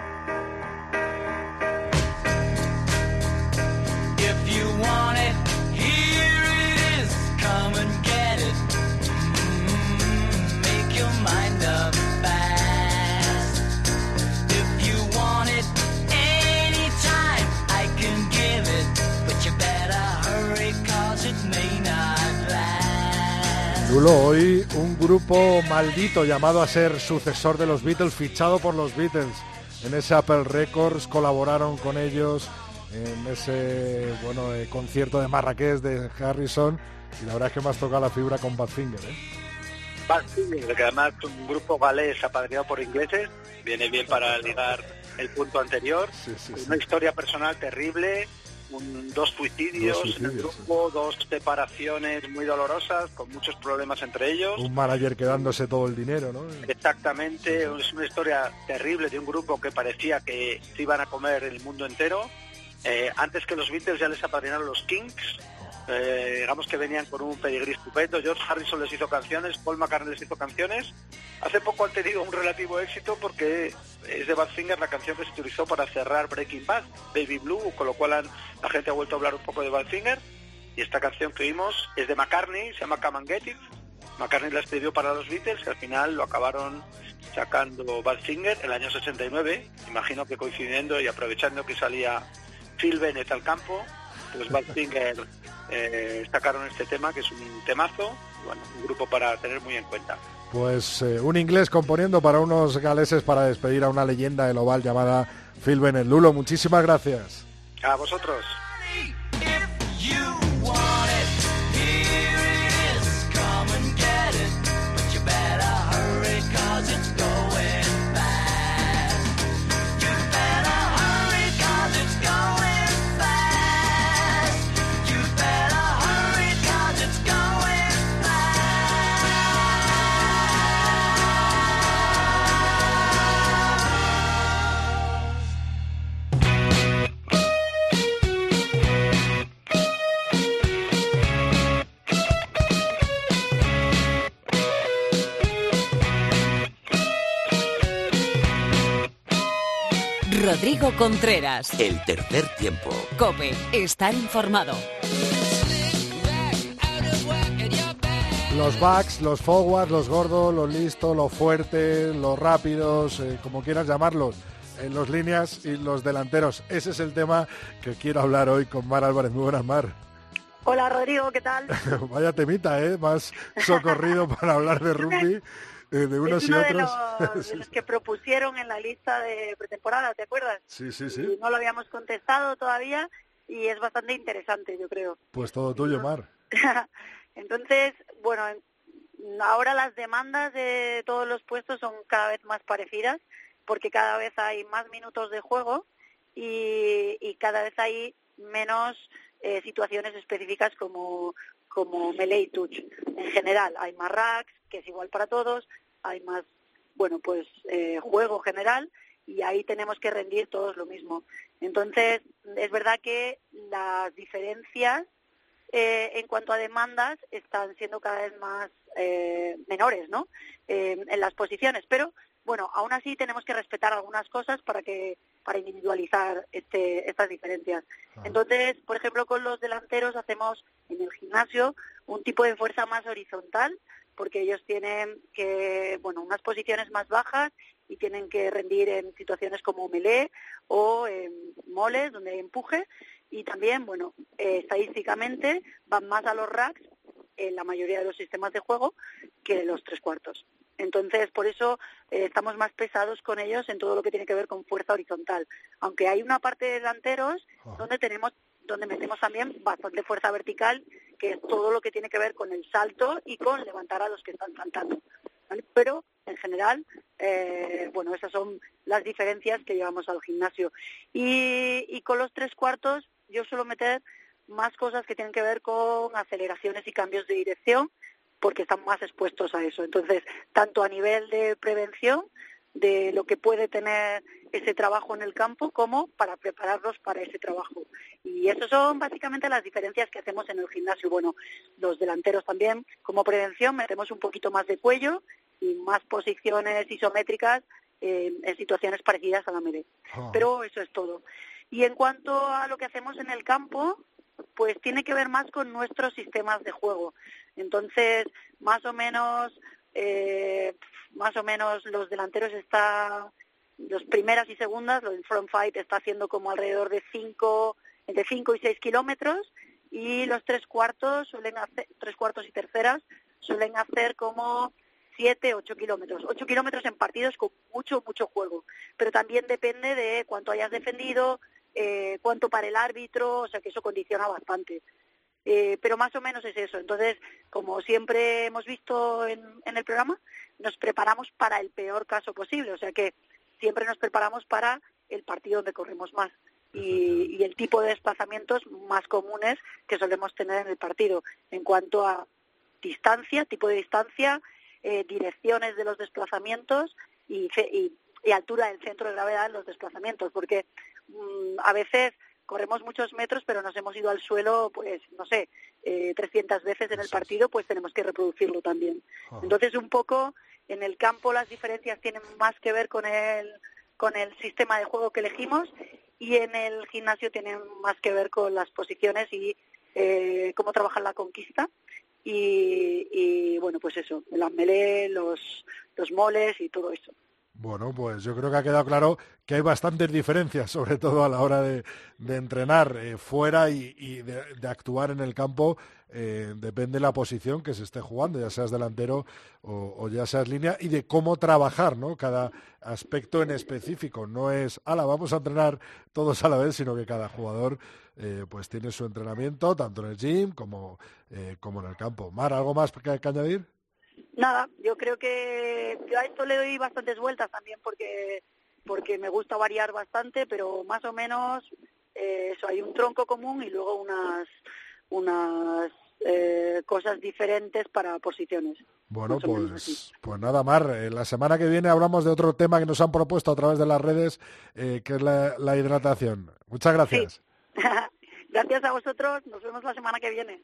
Lulo, hoy un grupo maldito llamado a ser sucesor de los Beatles, fichado por los Beatles. En ese Apple Records colaboraron con ellos en ese bueno eh, concierto de Marrakech de Harrison, y la verdad es que me has tocado la fibra con Badfinger, ¿eh? Badfinger, que además es un grupo galés apadrinado por ingleses, viene bien para ligar el punto anterior. Sí, sí, sí. Una historia personal terrible. Un, dos, suicidios dos suicidios en el grupo, sí. Dos separaciones muy dolorosas, con muchos problemas entre ellos. Un manager quedándose todo el dinero, ¿no? Exactamente, es una historia terrible de un grupo que parecía que se iban a comer el mundo entero. Eh, antes que los Beatles ya les apadrinaron los Kings, eh, digamos que venían con un pedigrí estupendo. George Harrison les hizo canciones, Paul McCartney les hizo canciones. Hace poco han tenido un relativo éxito porque es de Badfinger la canción que se utilizó para cerrar Breaking Bad, Baby Blue, con lo cual han, la gente ha vuelto a hablar un poco de Badfinger. Y esta canción que vimos es de McCartney, se llama Come and Get It. McCartney la escribió para los Beatles y al final lo acabaron sacando Badfinger en el año sesenta y nueve, imagino que coincidiendo y aprovechando que salía Phil Bennett al campo, pues Badfinger eh, sacaron este tema, que es un temazo, bueno, un grupo para tener muy en cuenta. Pues eh, un inglés componiendo para unos galeses para despedir a una leyenda del oval llamada Phil Bennett. Lulo, muchísimas gracias. A vosotros. Rodrigo Contreras. El tercer tiempo. COPE. Estar informado. Los backs, los forwards, los gordos, los listos, los fuertes, los rápidos, eh, como quieras llamarlos, en los líneas y los delanteros. Ese es el tema que quiero hablar hoy con Mar Álvarez. Muy buenas, Mar. Hola, Rodrigo, ¿qué tal? Vaya temita, ¿eh? Más socorrido para hablar de rugby, eh, de unos es y uno otros. De los, de los que propusieron en la lista de pretemporada, ¿te acuerdas? Sí, sí, sí. Y no lo habíamos contestado todavía y es bastante interesante, yo creo. Pues todo tuyo, Mar. Entonces, bueno, ahora las demandas de todos los puestos son cada vez más parecidas porque cada vez hay más minutos de juego y, y cada vez hay menos eh, situaciones específicas como, como melee y touch. En general, hay más racks, que es igual para todos, hay más, bueno, pues eh, juego general y ahí tenemos que rendir todos lo mismo. Entonces, es verdad que las diferencias Eh, en cuanto a demandas están siendo cada vez más eh, menores, ¿no? Eh, en las posiciones, pero bueno, aún así tenemos que respetar algunas cosas para que para individualizar este, estas diferencias. Entonces, por ejemplo, con los delanteros hacemos en el gimnasio un tipo de fuerza más horizontal, porque ellos tienen que, bueno, unas posiciones más bajas y tienen que rendir en situaciones como melee o en moles, donde hay empuje, y también, bueno, eh, estadísticamente van más a los racks en la mayoría de los sistemas de juego que los tres cuartos. Entonces, por eso eh, estamos más pesados con ellos en todo lo que tiene que ver con fuerza horizontal. Aunque hay una parte de delanteros donde tenemos, donde metemos también bastante fuerza vertical, que es todo lo que tiene que ver con el salto y con levantar a los que están saltando, ¿vale? Pero, en general, eh, bueno, esas son las diferencias que llevamos al gimnasio. Y, y con los tres cuartos, yo suelo meter más cosas que tienen que ver con aceleraciones y cambios de dirección, porque están más expuestos a eso. Entonces, tanto a nivel de prevención, de lo que puede tener ese trabajo en el campo, como para prepararlos para ese trabajo. Y esas son básicamente las diferencias que hacemos en el gimnasio. Bueno, los delanteros también, como prevención, metemos un poquito más de cuello y más posiciones isométricas eh, en situaciones parecidas a la melee. Oh. Pero eso es todo. Y en cuanto a lo que hacemos en el campo, pues tiene que ver más con nuestros sistemas de juego. Entonces, más o menos, eh, más o menos los delanteros están, los primeras y segundas, lo del front fight está haciendo como alrededor de cinco, entre cinco y seis kilómetros, y los tres cuartos suelen hacer, tres cuartos y terceras suelen hacer como siete, ocho kilómetros. Ocho kilómetros en partidos con mucho, mucho juego. Pero también depende de cuánto hayas defendido, eh, cuánto para el árbitro, o sea que eso condiciona bastante. Eh, pero más o menos es eso. Entonces, como siempre hemos visto en, en el programa, nos preparamos para el peor caso posible. O sea que siempre nos preparamos para el partido donde corremos más. Y, y el tipo de desplazamientos más comunes que solemos tener en el partido. En cuanto a distancia, tipo de distancia, eh, direcciones de los desplazamientos y, y, y altura del centro de gravedad en los desplazamientos. Porque mmm, a veces corremos muchos metros, pero nos hemos ido al suelo, pues, no sé, eh, trescientas veces en el partido, pues tenemos que reproducirlo también. Entonces, un poco, en el campo las diferencias tienen más que ver con el, con el sistema de juego que elegimos, y en el gimnasio tienen más que ver con las posiciones y eh, cómo trabajar la conquista. Y, y bueno, pues eso, las melee, los, los moles y todo eso. Bueno, pues yo creo que ha quedado claro que hay bastantes diferencias, sobre todo a la hora de, de entrenar eh, fuera y, y de, de actuar en el campo. Eh, depende de la posición que se esté jugando, ya seas delantero o, o ya seas línea, y de cómo trabajar, ¿no? Cada aspecto en específico. No es, ala, vamos a entrenar todos a la vez, sino que cada jugador eh, pues tiene su entrenamiento, tanto en el gym como, eh, como en el campo. Mar, ¿algo más que, que añadir? Nada, yo creo que yo a esto le doy bastantes vueltas también porque porque me gusta variar bastante, pero más o menos eh, eso, hay un tronco común y luego unas unas eh, cosas diferentes para posiciones. Bueno, pues pues nada, Mar, eh, la semana que viene hablamos de otro tema que nos han propuesto a través de las redes, eh, que es la, la hidratación. Muchas gracias. Sí. Gracias a vosotros, nos vemos la semana que viene.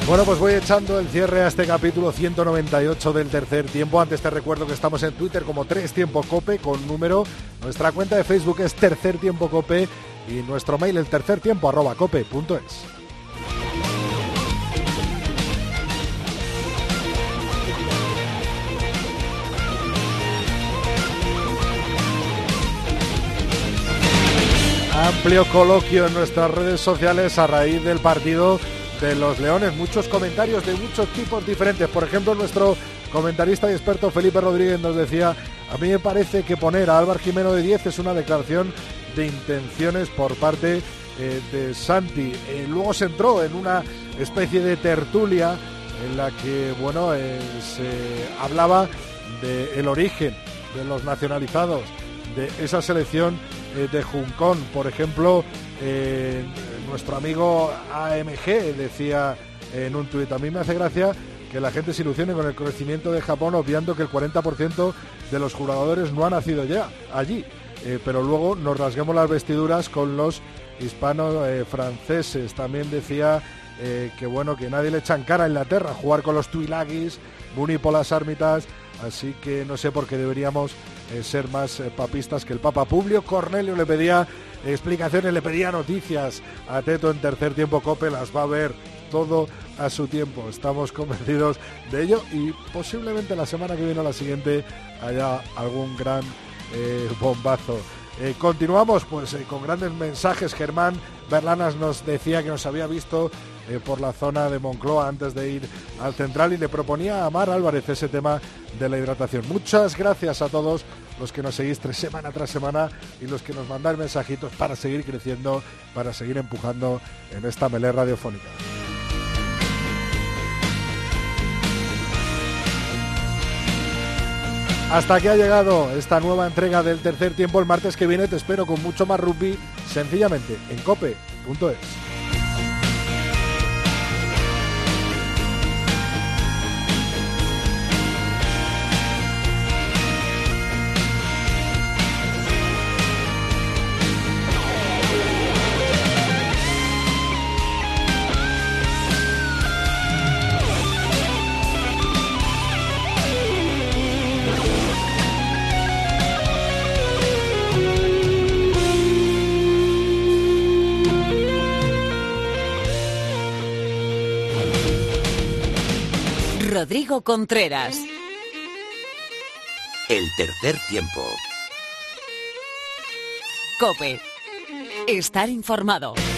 Bueno, pues voy echando el cierre a este capítulo ciento noventa y ocho del tercer tiempo. Antes te recuerdo que estamos en Twitter como Tres Tiempo Cope con número. Nuestra cuenta de Facebook es Tercer Tiempo Cope y nuestro mail el tercertiempo arroba cope punto es. Amplio coloquio en nuestras redes sociales a raíz del partido de los Leones. Muchos comentarios de muchos tipos diferentes. Por ejemplo, nuestro comentarista y experto Felipe Rodríguez nos decía: a mí me parece que poner a Álvaro Jimeno de diez es una declaración de intenciones por parte eh, de Santi. Eh, luego se entró en una especie de tertulia en la que, bueno, eh, se hablaba del origen de los nacionalizados, de esa selección eh, de Juncón. Por ejemplo, eh, nuestro amigo A M G decía en un tuit: a mí me hace gracia que la gente se ilusione con el crecimiento de Japón, obviando que el cuarenta por ciento de los jugadores no ha nacido ya allí, eh, pero luego nos rasguemos las vestiduras con los hispano-franceses. También decía eh, que bueno, que nadie le echan cara a Inglaterra jugar con los Tuilagis, Bunipolas Ármitas, así que no sé por qué deberíamos eh, ser más eh, papistas que el Papa. Publio Cornelio le pedía explicaciones, le pedía noticias a Teto en Tercer Tiempo Cope, las va a ver todo a su tiempo, estamos convencidos de ello, y posiblemente la semana que viene o la siguiente haya algún gran eh, bombazo. Eh, continuamos pues eh, con grandes mensajes. Germán Berlanas nos decía que nos había visto eh, por la zona de Moncloa antes de ir al Central y le proponía a Mar Álvarez ese tema de la hidratación. Muchas gracias a todos los que nos seguís tres semana tras semana y los que nos mandáis mensajitos para seguir creciendo, para seguir empujando en esta melé radiofónica. Hasta aquí ha llegado esta nueva entrega del Tercer Tiempo. El martes que viene te espero con mucho más rugby, sencillamente en cope punto es. Rodrigo Contreras. El Tercer Tiempo. COPE. Estar informado.